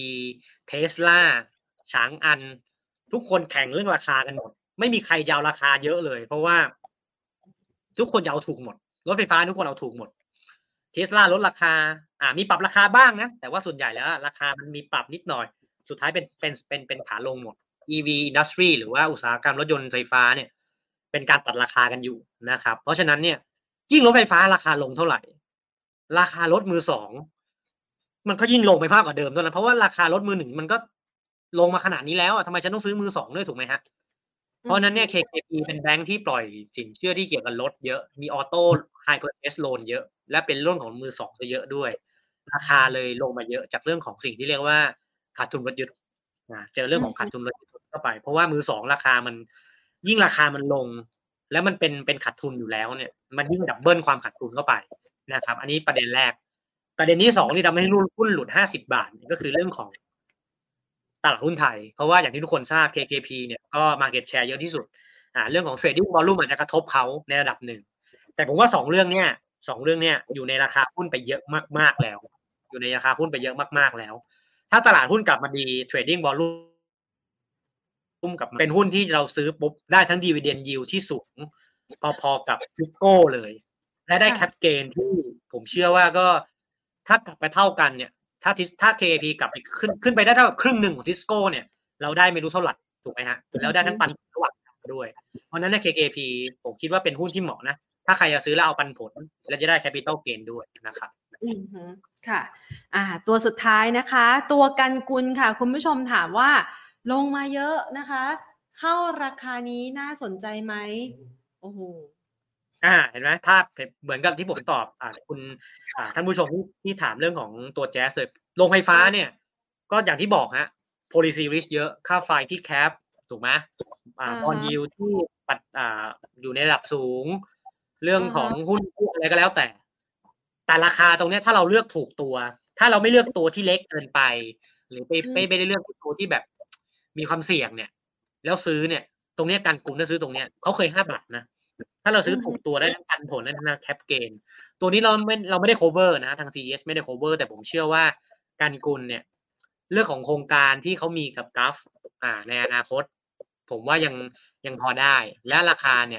Speaker 2: Tesla Changan ทุกคนแข่งเรื่องราคากันหมด ไม่มีใครจะเอาราคาเยอะเลย เพราะว่า ทุกคนจะเอาถูกหมด รถไฟฟ้าทุกคนเอาถูกหมด Tesla ลดราคา อ่า มีปรับราคาบ้างนะ แต่ว่าส่วนใหญ่แล้วอะราคามันมีปรับนิดหน่อย สุดท้ายเป็น เป็น เป็น เป็นขาลงหมด อี วี Industry หรือว่าอุตสาหกรรมรถยนต์ไฟฟ้าเนี่ย เป็นการตัดราคากันอยู่นะครับ เพราะฉะนั้นเนี่ย ยิ่งรถไฟฟ้าราคาลงเท่าไร ราคารถมือ สอง มันก็ยิ่งลงไปมากกว่าเดิมเท่านั้น เพราะว่าราคารถมือ หนึ่ง มันก็ลงมาขนาดนี้แล้วอะ ทำไมฉันต้องซื้อมือ สอง ด้วย ถูกไหมครับ?
Speaker 1: อ
Speaker 2: เ
Speaker 1: ื
Speaker 2: พราะฉ
Speaker 1: อ
Speaker 2: ะนั้น
Speaker 1: ฮ
Speaker 2: เ
Speaker 1: ึ
Speaker 2: นี่ย เค เค พี เป็นแบงก์ที่ปล่อยสินเชื่อที่เกี่ยวกับรถเยอะ มีออโต้ High Purchase Loan เยอะ และเป็นเรื่องของมือ สอง เสียเยอะด้วย ราคาเลยลงมาเยอะจากเรื่องของสิ่งที่เรียกว่าขาดทุนรถยึด อา เจอเรื่องของขาดทุนรถยึดเข้าไป เพราะว่ามือ สอง ราคามัน ยิ่งราคามันลง แล้วมันเป็น เป็นขาดทุนอยู่แล้วเนี่ย มันยิ่งดับเบิลความขาดทุนเข้าไปนะครับ อันนี้ประเด็นแรก ประเด็นที่ สอง ที่ทำให้รุ่น หุ้นหลุด ห้าสิบ บาท ก็คือเรื่องของ ตลาดหุ้นไทย เพราะว่าอย่างที่ทุกคนทราบ เค เค พี เนี่ยก็ Market Share เยอะที่สุด อ่า เรื่องของ Trading Volume อาจจะกระทบเขาในระดับหนึ่ง แต่ผมว่า สอง เรื่องเนี้ย สอง เรื่องเนี้ยอยู่ในราคาหุ้นไปเยอะมาก ๆ แล้ว อยู่ในราคาหุ้นไปเยอะมาก ๆ แล้ว ถ้าตลาดหุ้นกลับมาดี Trading Volume หุ้นกลับมา เป็นหุ้นที่เราซื้อปุ๊บ ได้ทั้ง Dividend Yield ที่สูง พอ ๆ กับ Tisco เลย และได้
Speaker 1: ค่ะ
Speaker 2: Cap Gain ที่ผมเชื่อว่าก็ ถ้ากลับไปเท่ากันเนี่ย ถ้า Tis ถ้า เค เค พี กลับไปขึ้น ขึ้นไปได้เท่ากับครึ่งหนึ่งของ Tisco เนี่ย เราได้ไม่รู้เท่าไร ถูกไหมครับ?
Speaker 1: อือฮ
Speaker 2: แล้วได้ทั้งปั
Speaker 1: ึ
Speaker 2: นผลระหว่างทางด้วย เพราะฉะนั้นเนี่ย เค เค พี ผมคิดว่าเป็นหุ้นที่เหมาะนะ ถ้าใครจะซื้อแล้วเอาปันผล และจะได้ Capital Gain ด้วยนะครับ
Speaker 1: อือฮึ ค่ะ อ่า ตัวสุดท้ายนะคะ ตัวกันกุลค่ะ คุณผู้ชมถามว่า ลงมาเยอะนะคะ เข้าราคานี้น่าสนใจไหม? โอ้โฮ
Speaker 2: อา เห็นไหม ภาพ เห็น เหมือนกับที่ผมตอบ อ่า คุณ อ่า ท่านผู้ชมที่ ที่ถามเรื่องของตัว Jazz เลย โรงไฟฟ้าเนี่ย ก็อย่างที่บอกครับ Policy Risk เยอะ ค่าไฟที่ Cap ถูกไหม? อ่
Speaker 1: อ
Speaker 2: า
Speaker 1: ะฮ
Speaker 2: Bond
Speaker 1: ะ
Speaker 2: Yield ที่ปัด อ่า อยู่ในระดับสูง เรื่อ
Speaker 1: อ
Speaker 2: ง
Speaker 1: ะฮ
Speaker 2: ของ
Speaker 1: ะ
Speaker 2: หุ้นกู้อะไรก็แล้วแต่ แต่ราคาตรงเนี้ยถ้าเราเลือกถูกตัว ถ้าเราไม่เลือกตัวที่เล็กเกินไป หรือไป
Speaker 1: อื
Speaker 2: ไม่
Speaker 1: ม
Speaker 2: ไม่ได้เลือกตัวที่แบบ มีความเสี่ยงเนี่ย แล้วซื้อเนี่ย ตรงเนี้ยกันกุลถ้าซื้อตรงเนี้ย เขาเคย ห้า บาท นะ ถ้าเรา
Speaker 1: อ
Speaker 2: ซื้
Speaker 1: ื
Speaker 2: อถ
Speaker 1: อฮูึ
Speaker 2: กตัวได้ทั้งปันผลได้ทั้ง Cap Gain ตัวนี้เราไม่ เราไม่ได้ คัฟเวอร์ นะ ทาง ซี อี เอส ไม่ได้ คัฟเวอร์ แต่ผมเชื่อว่ากันกุลเนี่ย เรื่องของโครงการที่เขามีกับ Gulf อ่า ในอนาคต ผมว่ายัง ยังพอได้ และราคาเนี่ย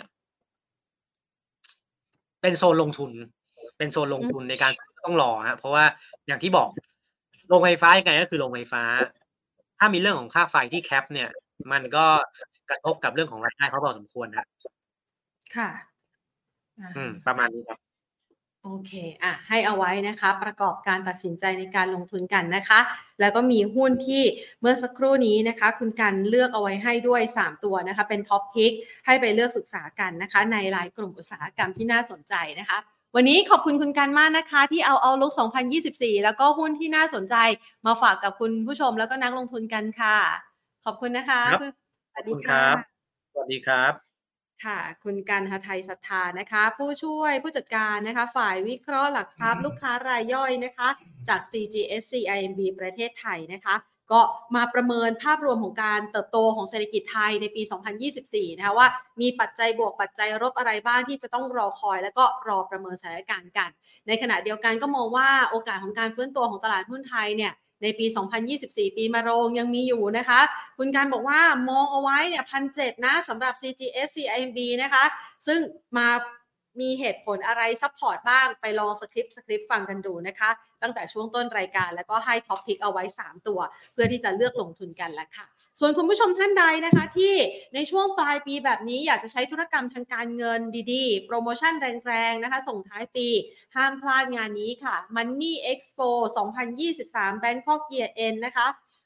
Speaker 2: เป็นโซนลงทุน เป็นโซนล
Speaker 1: อ
Speaker 2: ง
Speaker 1: ื
Speaker 2: ทุน
Speaker 1: ม
Speaker 2: ในการ ต้องรอครับ เพราะว่าอย่างที่บอก โรงไฟฟ้ายังไงก็คือโรงไฟฟ้า ถ้ามีเรื่องของค่าไฟที่ Cap เนี่ย มันก็กระทบกับเรื่องของรายได้เขาพอสมควรครับ
Speaker 1: ค่ะ อ
Speaker 2: อืม
Speaker 1: า
Speaker 2: ประมาณนี้ครับ
Speaker 1: โอเค อะ ให้เอาไว้นะคะ ประกอบการตัดสินใจในการลงทุนกันนะคะ แล้วก็มีหุ้นที่เมื่อสักครู่นี้นะคะ คุณกันเลือกเอาไว้ให้ด้วย สาม ตัวนะคะ เป็น Top Pick ให้ไปเลือกศึกษากันนะคะ ในรายกลุ่มอุตสาหกรรมที่น่าสนใจนะคะ วันนี้ขอบคุณคุณกันมากนะคะ ที่เอา Outlook สองพันยี่สิบสี่ แล้วก็หุ้นที่น่าสนใจมาฝากกับคุณผู้ชม แล้วก็นักลงทุนกันค่ะ ขอบคุณนะคะ
Speaker 2: ครับ
Speaker 1: คุณ สวัสด
Speaker 2: ขอบคีุณ
Speaker 1: ค
Speaker 2: คร่ับ
Speaker 1: ะ
Speaker 2: สวัสดีครับ
Speaker 1: ค่ะ คุณกัน หทัยศรัทธานะคะ ผู้ช่วยผู้จัดการนะคะ ฝ่ายวิเคราะห์หลักทรัพย์ลูกค้ารายย่อยนะคะ จาก ซี จี เอส ซี ไอ เอ็ม บี ประเทศไทยนะคะ ก็มาประเมินภาพรวมของการเติบโตของเศรษฐกิจไทยในปี สองพันยี่สิบสี่ นะคะว่า มีปัจจัยบวกปัจจัยลบอะไรบ้างที่จะต้องรอคอย แล้วก็รอประเมินสถานการณ์กัน ในขณะเดียวกันก็มองว่า โอกาสของการฟื้นตัวของตลาดหุ้นไทยเนี่ย ในปี สองพันยี่สิบสี่ ปีมะโรงยังมีอยู่นะคะ คุณกันบอกว่ามองเอาไว้เนี่ย หนึ่งพันเจ็ดร้อย นะสำหรับ ซี จี เอส ซี ไอ เอ็ม บี นะคะ ซึ่งมา มีเหตุผลอะไรซัปพอร์ตบ้าง ไปลองสคริปต์ สคริปต์ฟังกันดูนะคะ ตั้งแต่ช่วงต้นรายการ แล้วก็ให้ Top Pick เอาไว้ สาม ตัว เพื่อที่จะเลือกลงทุนกันแหละค่ะ ส่วนคุณผู้ชมท่านใดนะคะ ที่ในช่วงปลายปีแบบนี้อยากจะใช้ธุรกรรมทางการเงินดี ๆ โพรโมชันแรง ๆ นะคะ ส่งท้ายปี ห้ามพลาดงานนี้ค่ะ Money Expo สองพันยี่สิบสาม Bangkok Year End นะคะ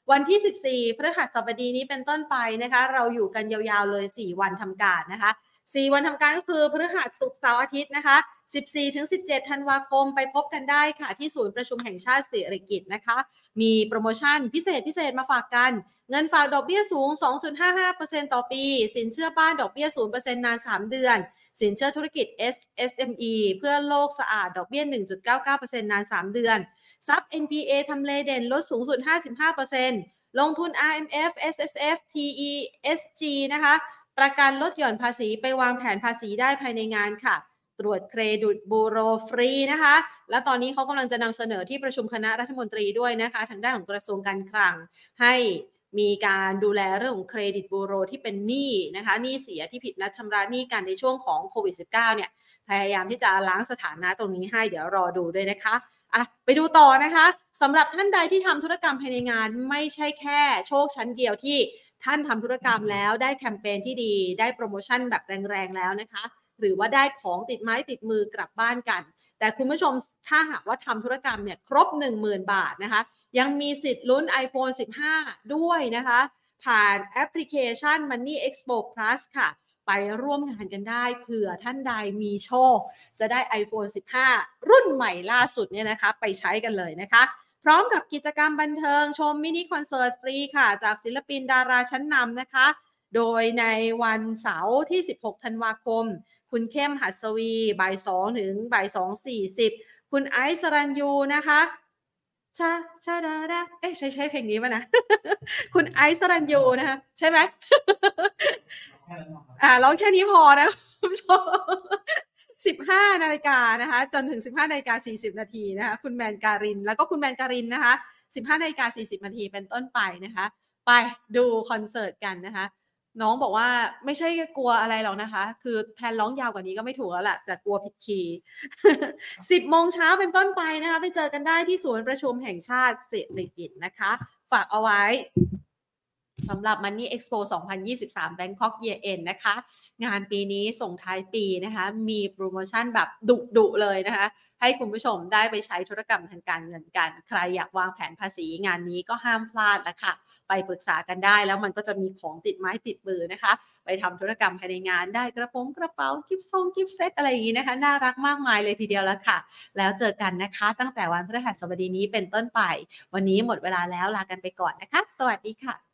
Speaker 1: วันที่สิบสี่พฤหัสบดีนี้เป็นต้นไปนะคะเราอยู่กันยาวๆเลยสี่วันทำการนะคะสี่วันทำการก็คือพฤหัสศุกร์เสาร์อาทิตย์นะคะสิบสี่ถึงสิบเจ็ดธันวาคมไปพบกันได้ค่ะที่ศูนย์ประชุมแห่งชาติสิริกิติ์นะคะมีโปรโมชั่นพิเศษพิเศษมาฝากกันเงินฝากดอกเบี้ยสูง สองจุดห้าห้าเปอร์เซ็นต์ ต่อปีสินเชื่อบ้านดอกเบี้ย ศูนย์เปอร์เซ็นต์ นานสามเดือนสินเชื่อธุรกิจ เอส เอส เอ็ม อี เพื่อโลกสะอาดดอกเบี้ย หนึ่งจุดเก้าเก้าเปอร์เซ็นต์ นานสามเดือนซับ เอ็น พี เอ ทำเลเด่นลดสูงสุด ห้าสิบห้าเปอร์เซ็นต์ ลงทุน อาร์ เอ็ม เอฟ เอส เอส เอฟ ที อี เอส จี นะคะประกันลดหย่อนภาษีไปวางแผนภาษีได้ภายในงานค่ะตรวจเครดิตบูโรฟรีนะคะและตอนนี้เขากำลังจะนำเสนอที่ประชุมคณะรัฐมนตรีด้วยนะคะทางด้านของกระทรวงการคลังให้มีการดูแลเรื่องของเครดิตบูโรที่เป็นหนี้นะคะหนี้เสียที่ผิดนัดชำระหนี้กันในช่วงของโควิด สิบเก้า เนี่ยพยายามที่จะล้างสถานะตรงนี้ให้เดี๋ยวรอดูด้วยนะคะอ่ะไปดูต่อนะคะสำหรับท่านใดที่ทำธุรกรรมภายในงานไม่ใช่แค่โชคชั้นเดียวที่ท่านทำธุรกรรมแล้วได้แคมเปญที่ดีได้โปรโมชั่นแบบแรงๆแล้วนะคะหรือว่าได้ของติดไม้ติดมือกลับบ้านกันแต่คุณผู้ชมถ้าหากว่าทำธุรกรรมเนี่ยครบ หนึ่งหมื่น บาทนะคะยังมีสิทธิ์ลุ้น iPhone สิบห้า ด้วยนะคะผ่านแอปพลิเคชัน Money Expo Plus ค่ะไปร่วมงานกันได้เผื่อท่านใดมีโชคจะได้ iPhone สิบห้า รุ่นใหม่ล่าสุดเนี่ยนะคะไปใช้กันเลยนะคะพร้อมกับกิจกรรมบันเทิงชมมินิคอนเสิร์ตฟรีค่ะจากศิลปินดาราชั้นนำนะคะโดยในวันเสาร์ที่สิบหกธันวาคมคุณเข้มหัสวีบ่ายสองถึงบ่ายสองสี่สิบคุณไอซ์สรัญยูนะคะชาชาดาดาเอ๊ะใช้ใช้เพลงนี้ป่ะนะ คุณไอซ์สรัญยูนะคะใช่ไหม อ่าร้องแค่นี้พอนะคุณผู้ชมสิบห้านาฬิกานะคะจนถึงสิบห้านาฬิกาสี่สิบนาทีนะคะคุณแมนการินแล้วก็คุณแมนการินนะคะสิบห้านาฬิกาสี่สิบนาทีเป็นต้นไปนะคะไปดูคอนเสิร์ตกันนะคะน้องบอกว่าไม่ใช่กลัวอะไรหรอกนะคะคือแพนร้องยาวกว่านี้ก็ไม่ถูกแล้วแหละแต่กลัวผิดคีย์ สิบโมงเช้าเป็นต้นไปนะคะไปเจอกันได้ที่ศูนย์ประชุมแห่งชาติสิริกิติ์นะคะฝากเอาไว้สำหรับ Money Expo สองพันยี่สิบสาม Bangkok Year End นะคะงานปีนี้ส่งท้ายปีนะคะมีโปรโมชั่นแบบดุๆเลยนะคะให้คุณผู้ชมได้ไปใช้ธุรกรรมทางการเงินกันใครอยากวางแผนภาษีงานนี้ก็ห้ามพลาดละค่ะไปปรึกษากันได้แล้วมันก็จะมีของติดไม้ติดมือนะคะไปทำธุรกรรมภายในงานได้กระโปรงกระเป๋ากิฟต์ทรงกิฟต์เซตอะไรอย่างนี้นะคะน่ารักมากมายเลยทีเดียวแล้วค่ะแล้วเจอกันนะคะตั้งแต่วันพฤหัสบดีนี้เป็นต้นไปวันนี้หมดเวลาแล้วลากันไปก่อนนะคะสวัสดีค่ะ